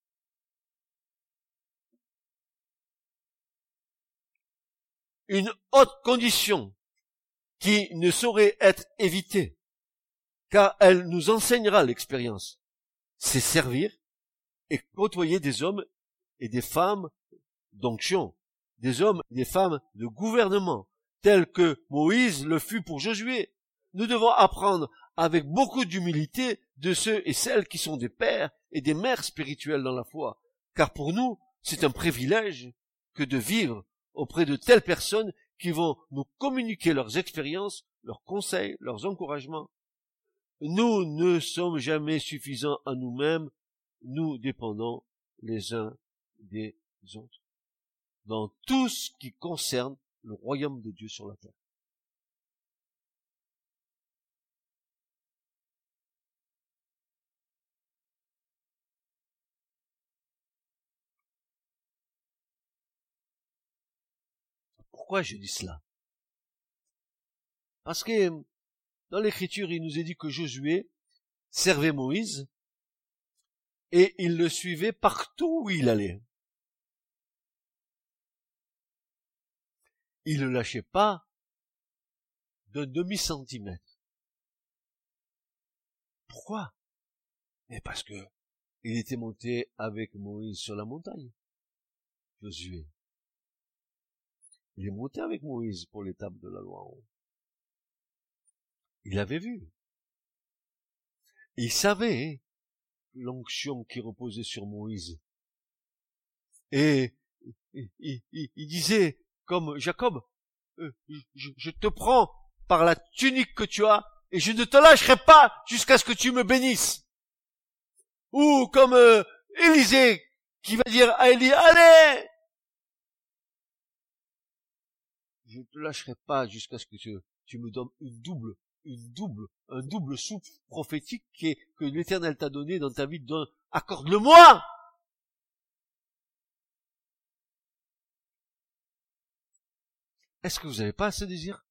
Une haute condition qui ne saurait être évitée, car elle nous enseignera l'expérience, c'est servir et côtoyer des hommes et des femmes d'onction, des hommes et des femmes de gouvernement, tels que Moïse le fut pour Josué. Nous devons apprendre avec beaucoup d'humilité de ceux et celles qui sont des pères et des mères spirituelles dans la foi, car pour nous, c'est un privilège que de vivre auprès de telles personnes qui vont nous communiquer leurs expériences, leurs conseils, leurs encouragements. Nous ne sommes jamais suffisants à nous-mêmes, nous dépendons les uns des autres dans tout ce qui concerne le royaume de Dieu sur la terre. Pourquoi je dis cela? Parce que dans l'Écriture, il nous est dit que Josué servait Moïse et il le suivait partout où il allait. Il ne le lâchait pas d'un demi-centimètre. Pourquoi? Mais parce que il était monté avec Moïse sur la montagne, Josué. Il est monté avec Moïse pour l'étape de la loi en haut. Il avait vu. Il savait l'onction qui reposait sur Moïse. Et il, il, il, il disait, comme Jacob, euh, je, je te prends par la tunique que tu as et je ne te lâcherai pas jusqu'à ce que tu me bénisses. Ou comme euh, Élisée qui va dire à Élie, allez, je ne te lâcherai pas jusqu'à ce que tu, tu me donnes une double, une double, un double souffle prophétique qui est, que l'Éternel t'a donné dans ta vie. Accorde-le-moi. Est-ce que vous n'avez pas ce désir?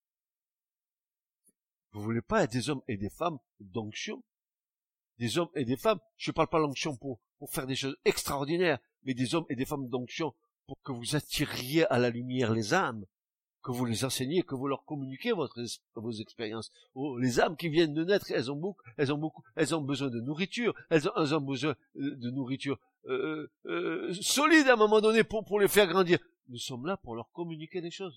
Vous voulez pas être des hommes et des femmes d'onction? Des hommes et des femmes, je ne parle pas d'onction pour, pour faire des choses extraordinaires, mais des hommes et des femmes d'onction pour que vous attiriez à la lumière les âmes, que vous les enseignez, que vous leur communiquez votre, vos expériences. Oh, les âmes qui viennent de naître, elles ont beaucoup, elles ont beaucoup, elles ont besoin de nourriture, elles ont, elles ont besoin de nourriture euh, euh, solide à un moment donné pour, pour les faire grandir. Nous sommes là pour leur communiquer des choses.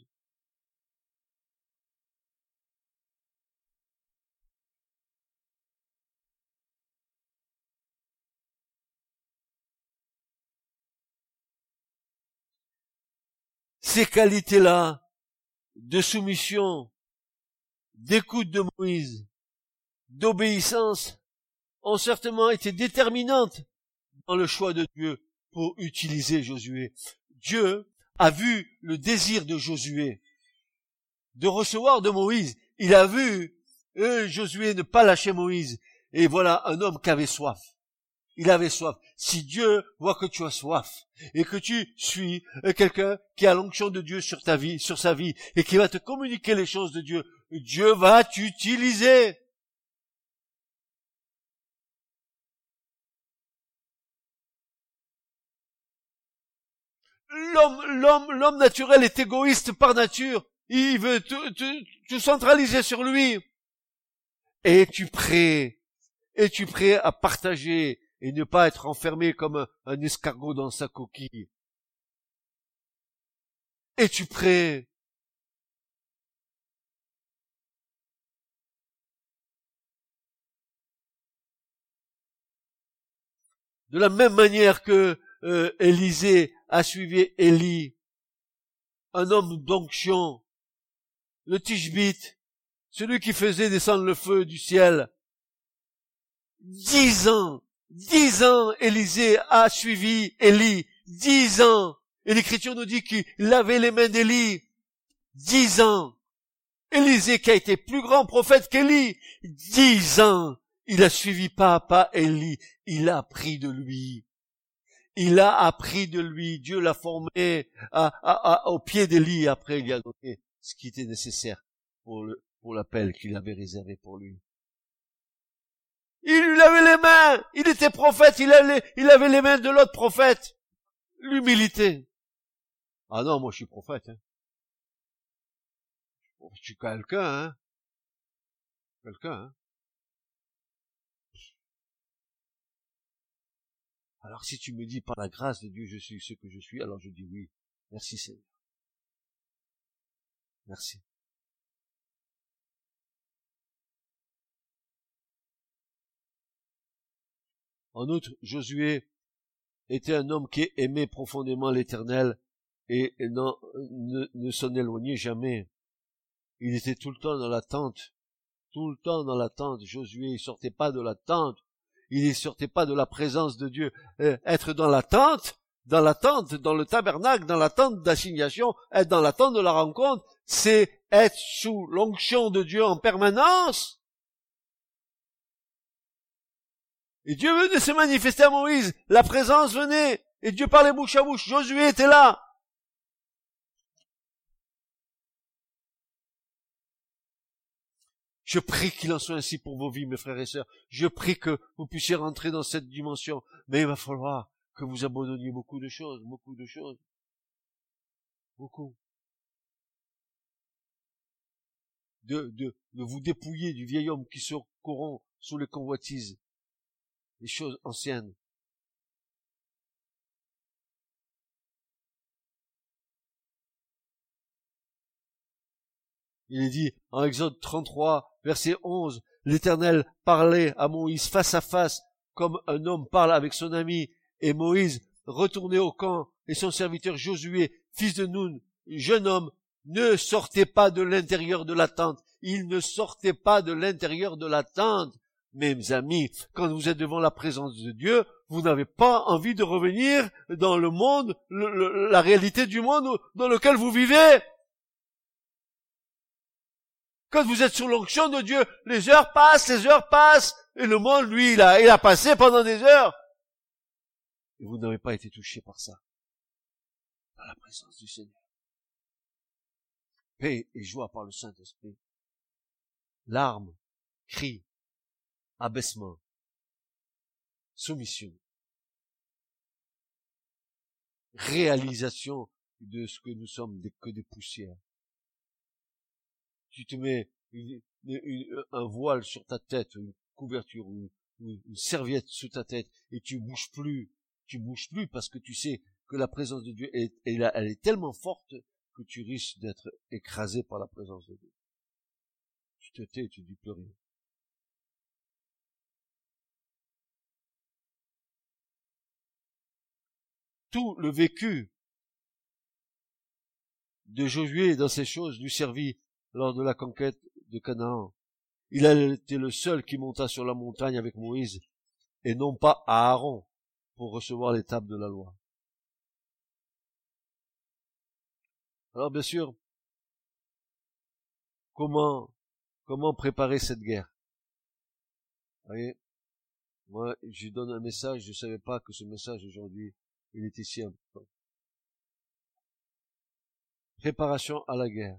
Ces qualités-là, de soumission, d'écoute de Moïse, d'obéissance, ont certainement été déterminantes dans le choix de Dieu pour utiliser Josué. Dieu a vu le désir de Josué de recevoir de Moïse. Il a vu euh, Josué ne pas lâcher Moïse. Et voilà un homme qui avait soif. Il avait soif. Si Dieu voit que tu as soif et que tu suis quelqu'un qui a l'onction de Dieu sur ta vie, sur sa vie, et qui va te communiquer les choses de Dieu, Dieu va t'utiliser. L'homme, l'homme, l'homme naturel est égoïste par nature. Il veut tout, tout, tout centraliser sur lui. Et es-tu prêt? Es-tu prêt à partager et ne pas être enfermé comme un, un escargot dans sa coquille? Es-tu prêt? De la même manière que euh, Élisée a suivi Élie, un homme d'onction, le Tishbite, celui qui faisait descendre le feu du ciel. Dix ans, dix ans, Élisée a suivi Élie, dix ans. Et l'Écriture nous dit qu'il lavait les mains d'Élie. Dix ans. Élisée qui a été plus grand prophète qu'Élie. Dix ans. Il a suivi pas à pas Élie. Il a appris de lui. Il a appris de lui. Dieu l'a formé à, à, à, au pied d'Élie. Après, il lui a donné ce qui était nécessaire pour le, pour l'appel qu'il avait réservé pour lui. Il lui lavait les mains. Il était prophète. Il avait, il avait les mains de l'autre prophète. L'humilité. Ah non, moi je suis prophète. Hein. Je suis quelqu'un. Hein. Quelqu'un. Hein. Alors si tu me dis par la grâce de Dieu je suis ce que je suis, alors je dis oui. Merci Seigneur. Merci. En outre, Josué était un homme qui aimait profondément l'Éternel et non, ne, ne s'en éloignait jamais. Il était tout le temps dans la tente, tout le temps dans la tente. Josué, il sortait pas de la tente. Il ne sortait pas de la présence de Dieu. Euh, être dans la tente, dans la tente, dans le tabernacle, dans la tente d'assignation, être dans la tente de la rencontre, c'est être sous l'onction de Dieu en permanence. Et Dieu venait se manifester à Moïse. La présence venait. Et Dieu parlait bouche à bouche. Josué était là. Je prie qu'il en soit ainsi pour vos vies, mes frères et sœurs. Je prie que vous puissiez rentrer dans cette dimension. Mais il va falloir que vous abandonniez beaucoup de choses, beaucoup de choses. Beaucoup. De, de, de vous dépouiller du vieil homme qui se corrompt sous les convoitises. Les choses anciennes. Il est dit en Exode trente-trois, verset onze, l'Éternel parlait à Moïse face à face, comme un homme parle avec son ami, et Moïse retournait au camp, et son serviteur Josué, fils de Nun, jeune homme, ne sortait pas de l'intérieur de la tente. Il ne sortait pas de l'intérieur de la tente. Mes amis, quand vous êtes devant la présence de Dieu, vous n'avez pas envie de revenir dans le monde, le, le, la réalité du monde dans lequel vous vivez. Quand vous êtes sous l'onction de Dieu, les heures passent, les heures passent, et le monde, lui, il a, il a passé pendant des heures. Et vous n'avez pas été touché par ça. Par la présence du Seigneur. Paix et joie par le Saint-Esprit. Larmes, cris, abaissement, soumission, réalisation de ce que nous sommes des, que des poussières. Tu te mets une, une, une, un voile sur ta tête, une couverture, une, une, une serviette sous ta tête, et tu bouges plus, tu bouges plus parce que tu sais que la présence de Dieu est, est là, elle est tellement forte que tu risques d'être écrasé par la présence de Dieu. Tu te tais, tu dis plus rien. Tout le vécu de Josué dans ces choses lui servit lors de la conquête de Canaan. Il a été le seul qui monta sur la montagne avec Moïse, et non pas Aaron, pour recevoir les tables de la loi. Alors bien sûr, comment, comment préparer cette guerre? Vous voyez, moi, je donne un message, je ne savais pas que ce message aujourd'hui, il était si important. Préparation à la guerre.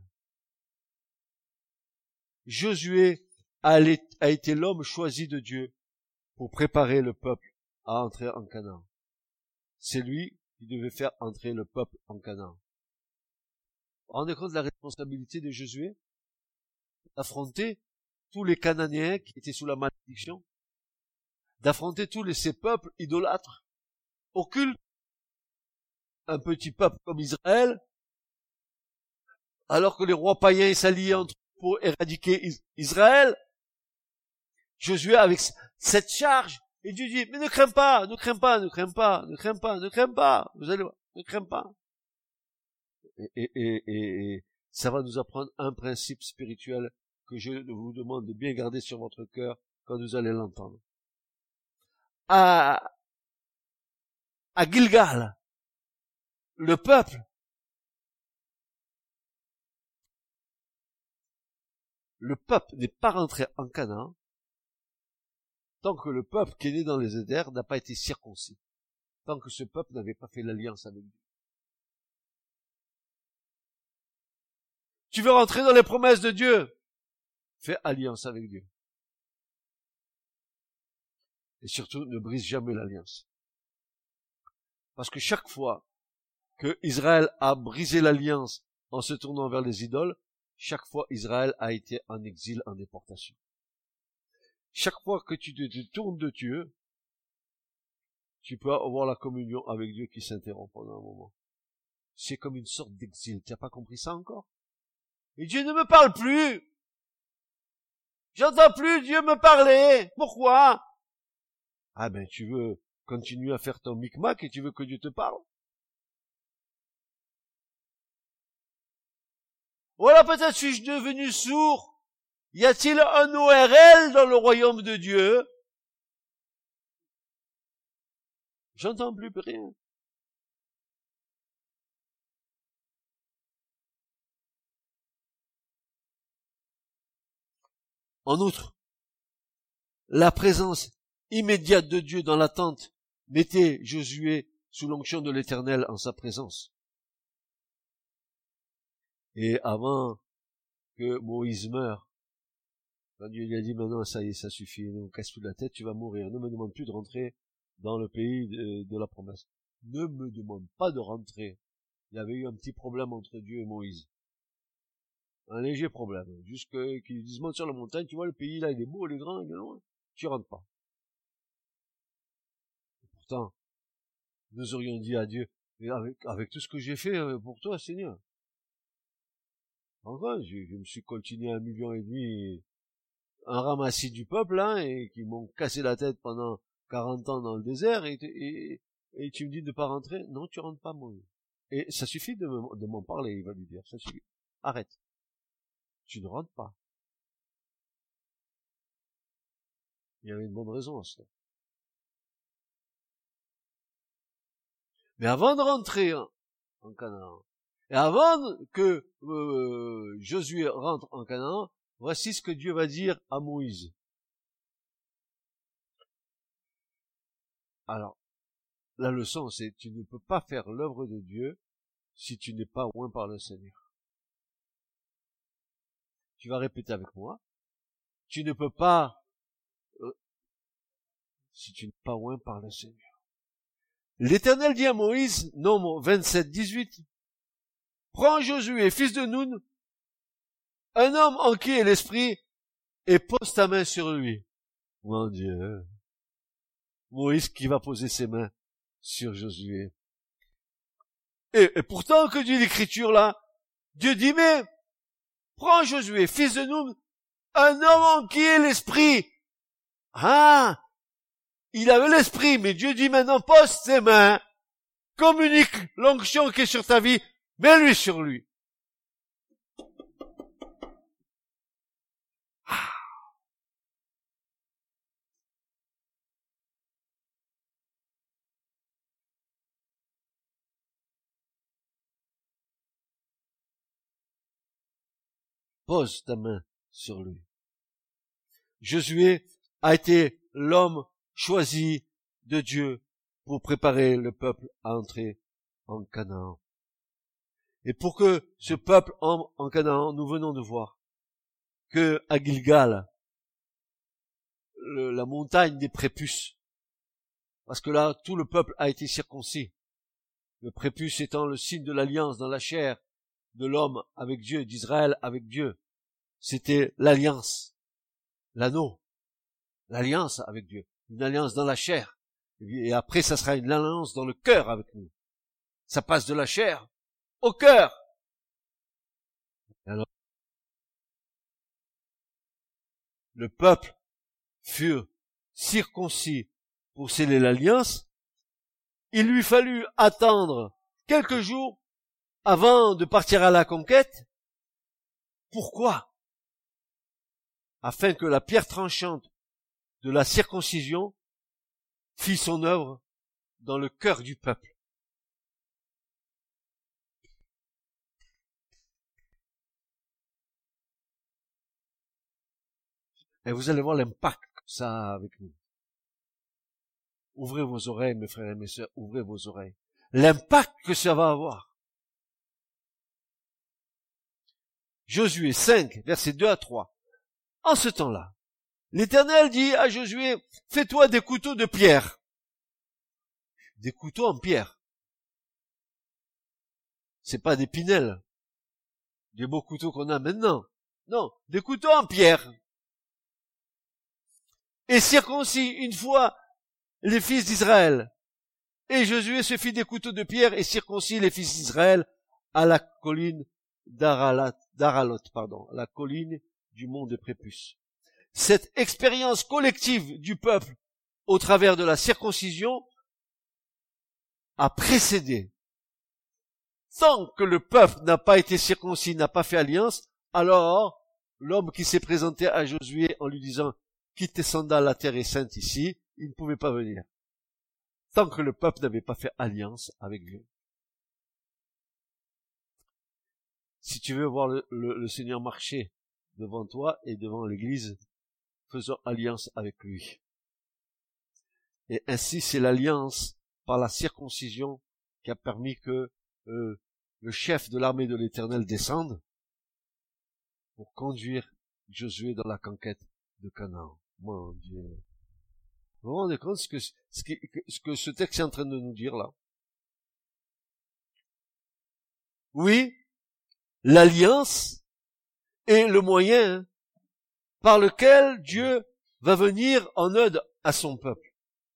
Josué a été l'homme choisi de Dieu pour préparer le peuple à entrer en Canaan. C'est lui qui devait faire entrer le peuple en Canaan. Vous vous rendez compte de la responsabilité de Josué? D'affronter tous les Cananéens qui étaient sous la malédiction, d'affronter tous les, ces peuples idolâtres, occultes, un petit peuple comme Israël, alors que les rois païens s'alliaient entre eux pour éradiquer Israël. Josué avec cette charge, et Dieu dit, mais ne crains pas, ne crains pas, ne crains pas, ne crains pas, ne crains pas, vous allez voir, ne crains pas. Et, et, et, et, et ça va nous apprendre un principe spirituel que je vous demande de bien garder sur votre cœur quand vous allez l'entendre. À, à Gilgal, le peuple, le peuple n'est pas rentré en Canaan tant que le peuple qui est né dans les Éders n'a pas été circoncis, tant que ce peuple n'avait pas fait l'alliance avec Dieu. Tu veux rentrer dans les promesses de Dieu? Fais alliance avec Dieu. Et surtout, ne brise jamais l'alliance. Parce que chaque fois que Israël a brisé l'alliance en se tournant vers les idoles, chaque fois Israël a été en exil, en déportation. Chaque fois que tu te tournes de Dieu, tu peux avoir la communion avec Dieu qui s'interrompt pendant un moment. C'est comme une sorte d'exil. Tu n'as pas compris ça encore? Et Dieu ne me parle plus. J'entends plus Dieu me parler. Pourquoi? Ah ben, tu veux continuer à faire ton micmac et tu veux que Dieu te parle? Voilà, peut-être suis-je devenu sourd. Y a-t-il un O R L dans le royaume de Dieu? J'entends plus rien. En outre, la présence immédiate de Dieu dans la tente mettait Josué sous l'onction de l'Éternel en sa présence. Et avant que Moïse meure, quand Dieu lui a dit maintenant ça y est, ça suffit, ne casse plus la tête, tu vas mourir, ne me demande plus de rentrer dans le pays de, de la promesse. Ne me demande pas de rentrer. Il y avait eu un petit problème entre Dieu et Moïse. Un léger problème. Jusque qu'ils disent monte sur la montagne, tu vois le pays là, il est beau, il est grand, il est loin. Tu rentres pas. Et pourtant, nous aurions dit à Dieu, mais avec, avec tout ce que j'ai fait pour toi, Seigneur. Enfin, je, je me suis coltiné un million et demi, un ramassis du peuple, là, et qui m'ont cassé la tête pendant quarante ans dans le désert, et, et, et tu me dis de pas rentrer? Non, tu rentres pas, moi. Et ça suffit de, me, de m'en parler, il va lui dire. Ça suffit. Arrête. Tu ne rentres pas. Il y avait une bonne raison à cela. Mais avant de rentrer en, en Canaan, et avant que euh, Josué rentre en Canaan, voici ce que Dieu va dire à Moïse. Alors, la leçon, c'est tu ne peux pas faire l'œuvre de Dieu si tu n'es pas oint par le Seigneur. Tu vas répéter avec moi. Tu ne peux pas euh, si tu n'es pas oint par le Seigneur. L'Éternel dit à Moïse, Nombre vingt-sept, dix-huit, prends Josué, fils de Nun, un homme en qui est l'esprit, et pose ta main sur lui. Mon Dieu. Moïse qui va poser ses mains sur Josué. Et, et pourtant, que dit l'Écriture là? Dieu dit, mais, prends Josué, fils de Nun, un homme en qui est l'esprit. Ah! Il avait l'esprit, mais Dieu dit maintenant, pose ses mains, communique l'onction qui est sur ta vie, mets-lui sur lui. Ah. Pose ta main sur lui. Josué a été l'homme choisi de Dieu pour préparer le peuple à entrer en Canaan. Et pour que ce peuple entre en Canaan, nous venons de voir que à Gilgal, le, la montagne des prépuces, parce que là, tout le peuple a été circoncis. Le prépuce étant le signe de l'alliance dans la chair de l'homme avec Dieu, d'Israël avec Dieu. C'était l'alliance, l'anneau, l'alliance avec Dieu. Une alliance dans la chair. Et après, ça sera une alliance dans le cœur avec nous. Ça passe de la chair au cœur. Alors, le peuple fut circoncis pour sceller l'alliance. Il lui fallut attendre quelques jours avant de partir à la conquête. Pourquoi? Afin que la pierre tranchante de la circoncision fit son œuvre dans le cœur du peuple. Et vous allez voir l'impact que ça a avec nous. Ouvrez vos oreilles, mes frères et mes sœurs, ouvrez vos oreilles. L'impact que ça va avoir. Josué cinq, versets deux à trois. En ce temps-là, l'Éternel dit à Josué, fais-toi des couteaux de pierre. Des couteaux en pierre. C'est pas des pinelles. Des beaux couteaux qu'on a maintenant. Non, des couteaux en pierre. Et circoncis une fois les fils d'Israël. Et Josué se fit des couteaux de pierre et circoncis les fils d'Israël à la colline d'Aralot, pardon, la colline du mont de Prépuce. Cette expérience collective du peuple au travers de la circoncision a précédé. Tant que le peuple n'a pas été circoncis, n'a pas fait alliance, alors l'homme qui s'est présenté à Josué en lui disant « Quitte tes sandales, la terre est sainte ici », il ne pouvait pas venir. tant que le peuple n'avait pas fait alliance avec Dieu. Si tu veux voir le, le, le Seigneur marcher devant toi et devant l'Église, faisons alliance avec lui. Et ainsi, c'est l'alliance par la circoncision qui a permis que euh, le chef de l'armée de l'Éternel descende pour conduire Josué dans la conquête de Canaan. Mon Dieu. Vous vous rendez compte ce que, ce, qui, ce que ce texte est en train de nous dire là? Oui, l'alliance est le moyen par lequel Dieu va venir en aide à son peuple.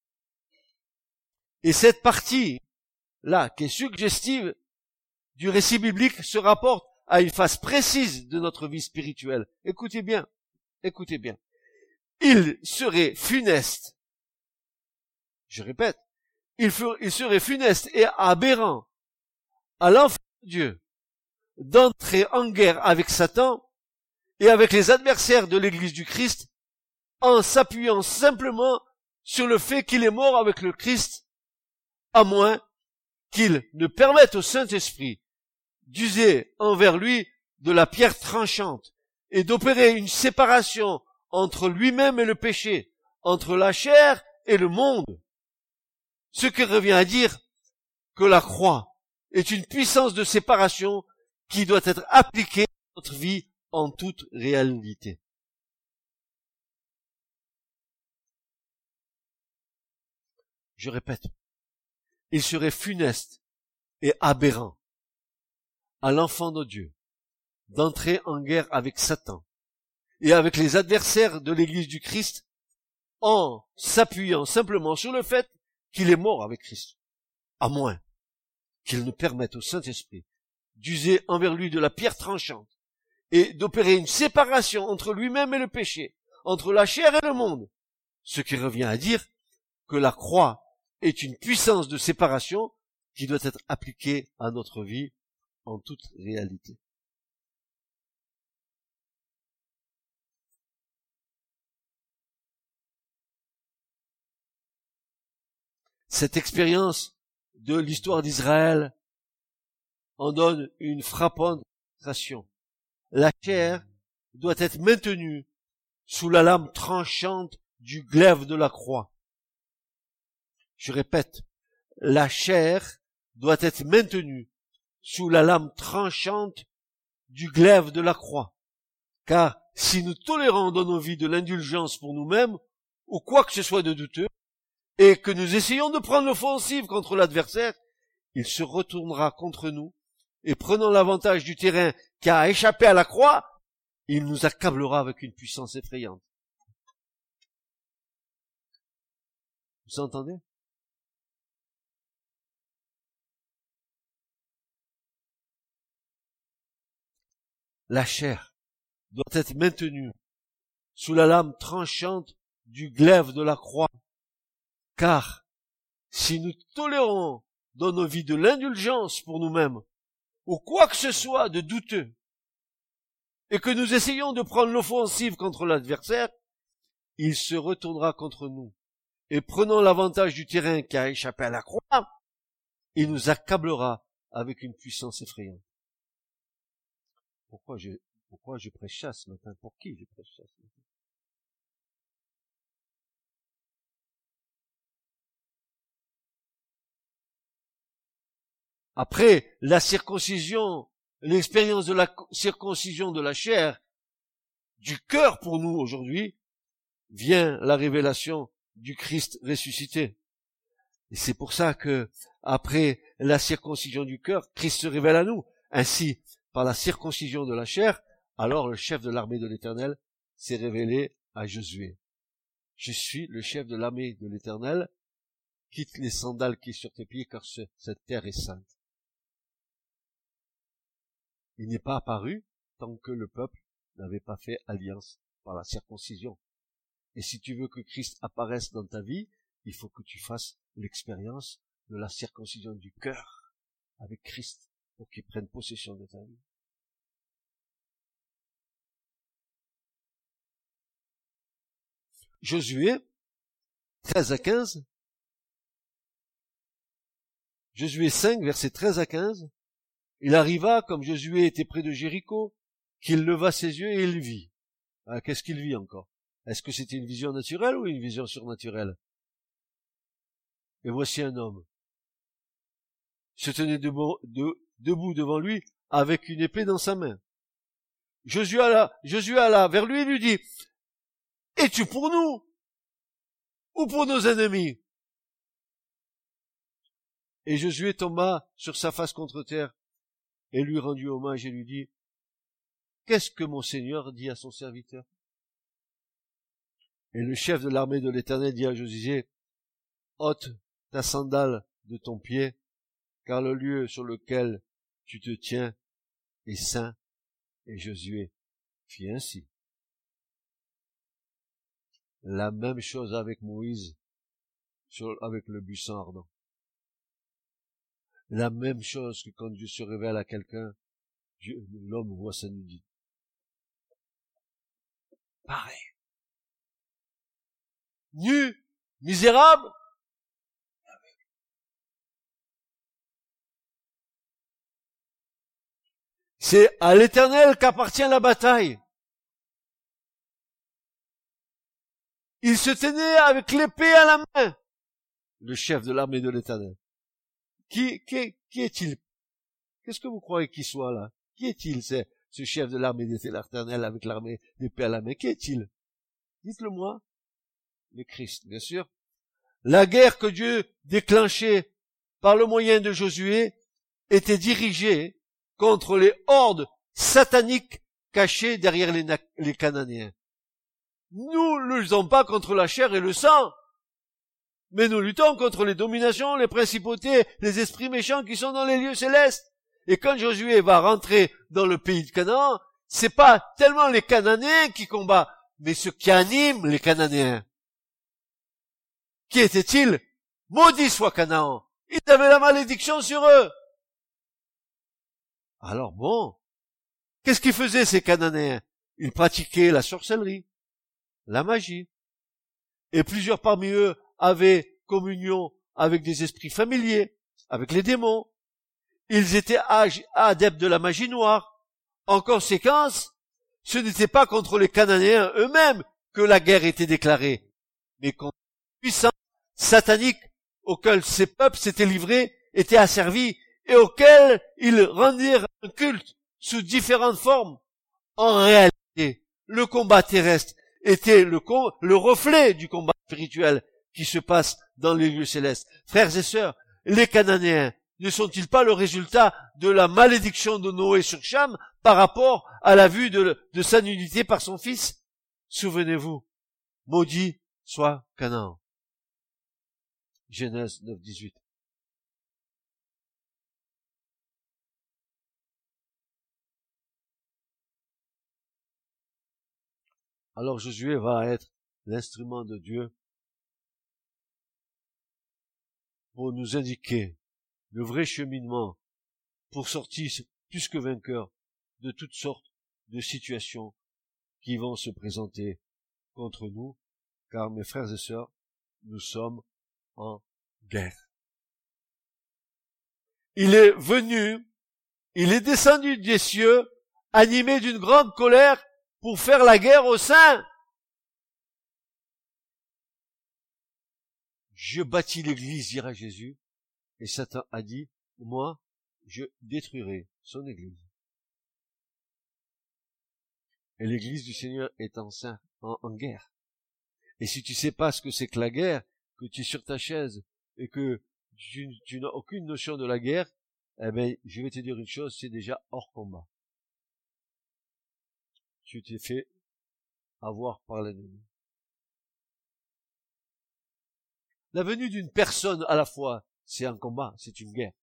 Et cette partie-là, qui est suggestive du récit biblique, se rapporte à une phase précise de notre vie spirituelle. Écoutez bien, écoutez bien. Il serait funeste, je répète, il, fer, il serait funeste et aberrant à l'enfant de Dieu d'entrer en guerre avec Satan et avec les adversaires de l'Église du Christ en s'appuyant simplement sur le fait qu'il est mort avec le Christ, à moins qu'il ne permette au Saint-Esprit d'user envers lui de la pierre tranchante et d'opérer une séparation entre lui-même et le péché, entre la chair et le monde. Ce qui revient à dire que la croix est une puissance de séparation qui doit être appliquée à notre vie en toute réalité. Je répète, il serait funeste et aberrant à l'enfant de Dieu d'entrer en guerre avec Satan et avec les adversaires de l'Église du Christ en s'appuyant simplement sur le fait qu'il est mort avec Christ, à moins qu'il ne permette au Saint-Esprit d'user envers lui de la pierre tranchante et d'opérer une séparation entre lui-même et le péché, entre la chair et le monde, ce qui revient à dire que la croix est une puissance de séparation qui doit être appliquée à notre vie en toute réalité. Cette expérience de l'histoire d'Israël en donne une frappante illustration. La chair doit être maintenue sous la lame tranchante du glaive de la croix. Je répète, la chair doit être maintenue sous la lame tranchante du glaive de la croix. Car si nous tolérons dans nos vies de l'indulgence pour nous-mêmes, ou quoi que ce soit de douteux, et que nous essayons de prendre l'offensive contre l'adversaire, il se retournera contre nous, et prenant l'avantage du terrain qui a échappé à la croix, il nous accablera avec une puissance effrayante. Vous entendez? La chair doit être maintenue sous la lame tranchante du glaive de la croix. Car si nous tolérons dans nos vies de l'indulgence pour nous-mêmes, ou quoi que ce soit de douteux, et que nous essayons de prendre l'offensive contre l'adversaire, il se retournera contre nous. Et prenant l'avantage du terrain qui a échappé à la croix, il nous accablera avec une puissance effrayante. Pourquoi je, pourquoi je prêche ça ce matin? Pour qui je prêche ça ce matin? Après la circoncision, l'expérience de la circoncision de la chair, du cœur pour nous aujourd'hui, vient la révélation du Christ ressuscité. Et c'est pour ça que, après la circoncision du cœur, Christ se révèle à nous. Ainsi, par la circoncision de la chair, alors le chef de l'armée de l'Éternel s'est révélé à Josué. Je suis le chef de l'armée de l'Éternel, quitte les sandales qui sont sur tes pieds, car cette terre est sainte. Il n'est pas apparu tant que le peuple n'avait pas fait alliance par la circoncision. Et si tu veux que Christ apparaisse dans ta vie, il faut que tu fasses l'expérience de la circoncision du cœur avec Christ pour qu'il prenne possession de ta vie. Josué, treize à quinze, Josué cinq, versets treize à quinze. Il arriva, comme Josué était près de Jéricho, qu'il leva ses yeux et il vit. Ah, qu'est-ce qu'il vit encore? Est-ce que c'était une vision naturelle ou une vision surnaturelle? Et voici un homme se tenait debout, de, debout devant lui avec une épée dans sa main. Josué alla, Josué alla vers lui et lui dit, « Es-tu pour nous ou pour nos ennemis ?» Et Josué tomba sur sa face contre terre et lui rendit hommage et lui dit, « Qu'est-ce que mon Seigneur dit à son serviteur ?» Et le chef de l'armée de l'Éternel dit à Josué, « ôte ta sandale de ton pied, car le lieu sur lequel tu te tiens est saint. » Et Josué fit ainsi. La même chose avec Moïse, sur, avec le buisson ardent. La même chose que quand Dieu se révèle à quelqu'un, l'homme voit sa nudité. Pareil. Nu, misérable. C'est à l'Éternel qu'appartient la bataille. Il se tenait avec l'épée à la main, le chef de l'armée de l'Éternel. Qui, qui, qui est-il? Qu'est-ce que vous croyez qu'il soit là? Qui est-il, c'est ce chef de l'armée de l'Éternel avec l'armée d'épée à la main? Qui est-il? Dites-le moi. Le Christ, bien sûr. La guerre que Dieu déclenchait par le moyen de Josué était dirigée contre les hordes sataniques cachées derrière les, les Cananéens. Nous ne luttons pas contre la chair et le sang, mais nous luttons contre les dominations, les principautés, les esprits méchants qui sont dans les lieux célestes. Et quand Josué va rentrer dans le pays de Canaan, c'est pas tellement les Cananéens qui combattent, mais ce qui anime les Cananéens. Qui était-il? Maudit soit Canaan. Ils avaient la malédiction sur eux. Alors bon, qu'est-ce qu'ils faisaient ces Cananéens? Ils pratiquaient la sorcellerie, la magie. Et plusieurs parmi eux avaient communion avec des esprits familiers, avec les démons. Ils étaient adeptes de la magie noire. En conséquence, ce n'était pas contre les Cananéens eux-mêmes que la guerre était déclarée, mais contre les puissants sataniques auxquels ces peuples s'étaient livrés, étaient asservis et auxquels ils rendirent un culte sous différentes formes. En réalité, le combat terrestre était le, le reflet du combat spirituel qui se passe dans les lieux célestes. Frères et sœurs, les Cananéens ne sont-ils pas le résultat de la malédiction de Noé sur Cham par rapport à la vue de, de sa nudité par son fils? Souvenez-vous, maudit soit Canaan. Genèse neuf, dix-huit. Alors Josué va être l'instrument de Dieu pour nous indiquer le vrai cheminement pour sortir plus que vainqueur de toutes sortes de situations qui vont se présenter contre nous, car mes frères et sœurs, nous sommes en guerre. Il est venu, il est descendu des cieux, animé d'une grande colère pour faire la guerre aux saints. Je bâtis l'église, dira Jésus, et Satan a dit, moi, je détruirai son église. Et l'église du Seigneur est en, en, en guerre. Et si tu sais pas ce que c'est que la guerre, que tu es sur ta chaise et que tu, tu n'as aucune notion de la guerre, eh ben, je vais te dire une chose, c'est déjà hors combat. Tu t'es fait avoir par l'ennemi. La venue d'une personne à la fois, c'est un combat, c'est une guerre.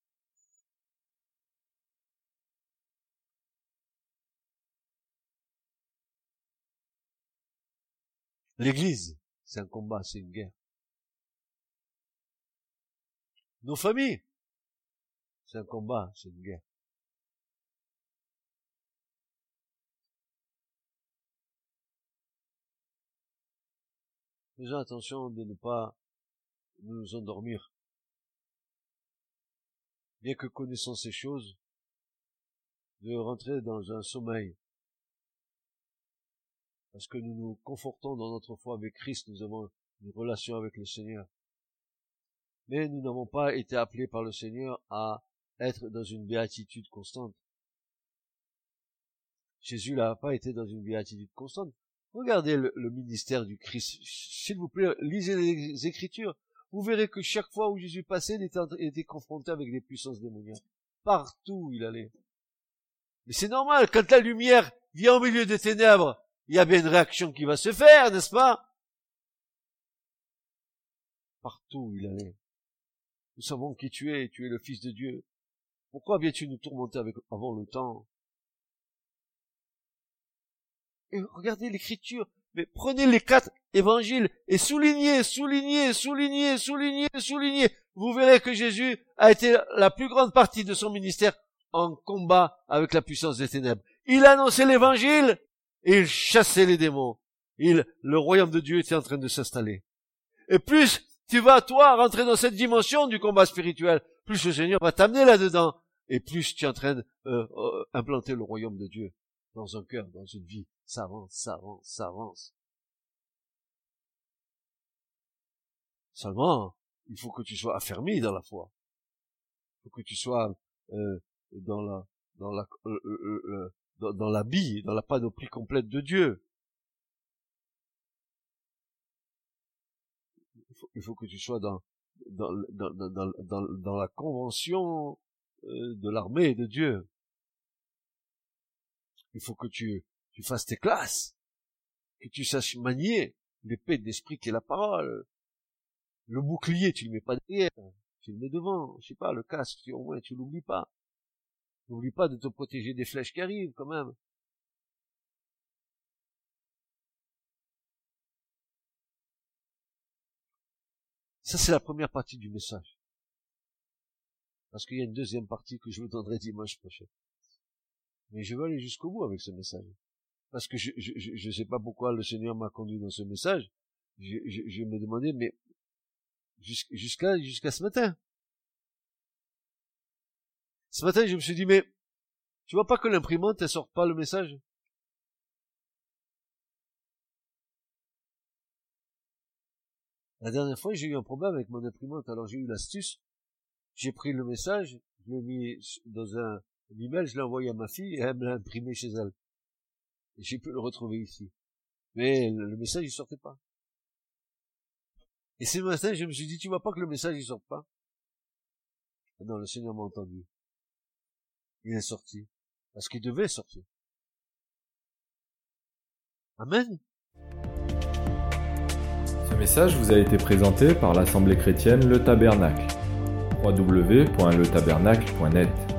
L'église, c'est un combat, c'est une guerre. Nos familles, c'est un combat, c'est une guerre. Faisons attention de ne pas nous endormir. bien que connaissant ces choses, de rentrer dans un sommeil. Parce que nous nous confortons dans notre foi avec Christ, nous avons une relation avec le Seigneur. Mais nous n'avons pas été appelés par le Seigneur à être dans une béatitude constante. Jésus n'a pas été dans une béatitude constante. Regardez le, le ministère du Christ. S'il vous plaît, lisez les Écritures. Vous verrez que chaque fois où Jésus passait, il était, il était confronté avec des puissances démoniaques. Partout où il allait. Mais c'est normal, quand la lumière vient au milieu des ténèbres, il y a bien une réaction qui va se faire, n'est-ce pas? Partout où il allait. Nous savons qui tu es, tu es le Fils de Dieu. Pourquoi viens-tu nous tourmenter avec, avant le temps? Et regardez l'écriture, mais prenez les quatre évangiles et soulignez, soulignez, soulignez, soulignez, soulignez. Vous verrez que Jésus a été la plus grande partie de son ministère en combat avec la puissance des ténèbres. Il annonçait l'évangile et il chassait les démons. Il, le royaume de Dieu était en train de s'installer. Et plus tu vas, toi, rentrer dans cette dimension du combat spirituel, plus le Seigneur va t'amener là-dedans, et plus tu es en train d'implanter euh, le royaume de Dieu dans un cœur, dans une vie. Ça avance, ça avance, ça avance. Seulement, il faut que tu sois affermi dans la foi. Il faut que tu sois euh, dans la dans la euh, euh, euh, dans, dans l'habit, dans la panoplie complète de Dieu. Il faut, il faut que tu sois dans dans dans dans dans, dans la convention euh, de l'armée de Dieu. Il faut que tu tu fasses tes classes, que tu saches manier l'épée de l'esprit qui est la parole. Le bouclier, tu le mets pas derrière, tu le mets devant. Je sais pas, le casque, tu, au moins, tu l'oublies pas. N'oublie pas de te protéger des flèches qui arrivent, quand même. Ça, c'est la première partie du message. Parce qu'il y a une deuxième partie que je vous donnerai dimanche prochain. Mais je veux aller jusqu'au bout avec ce message. Parce que je je, je, je sais pas pourquoi le Seigneur m'a conduit dans ce message. Je, je, je me demandais, mais jusqu'à jusqu'à ce matin. Ce matin, je me suis dit, mais tu vois pas que l'imprimante, elle sort pas le message? La dernière fois, j'ai eu un problème avec mon imprimante, alors j'ai eu l'astuce. J'ai pris le message, je l'ai mis dans un email, je l'ai envoyé à ma fille et elle me l'a imprimé chez elle. Et j'ai pu le retrouver ici. Mais le, le message, il sortait pas. Et ce matin, je me suis dit, tu vois pas que le message, il sort pas? Non, le Seigneur m'a entendu. Il est sorti. Parce qu'il devait sortir. Amen. Ce message vous a été présenté par l'Assemblée chrétienne Le Tabernacle. w w w point le tabernacle point net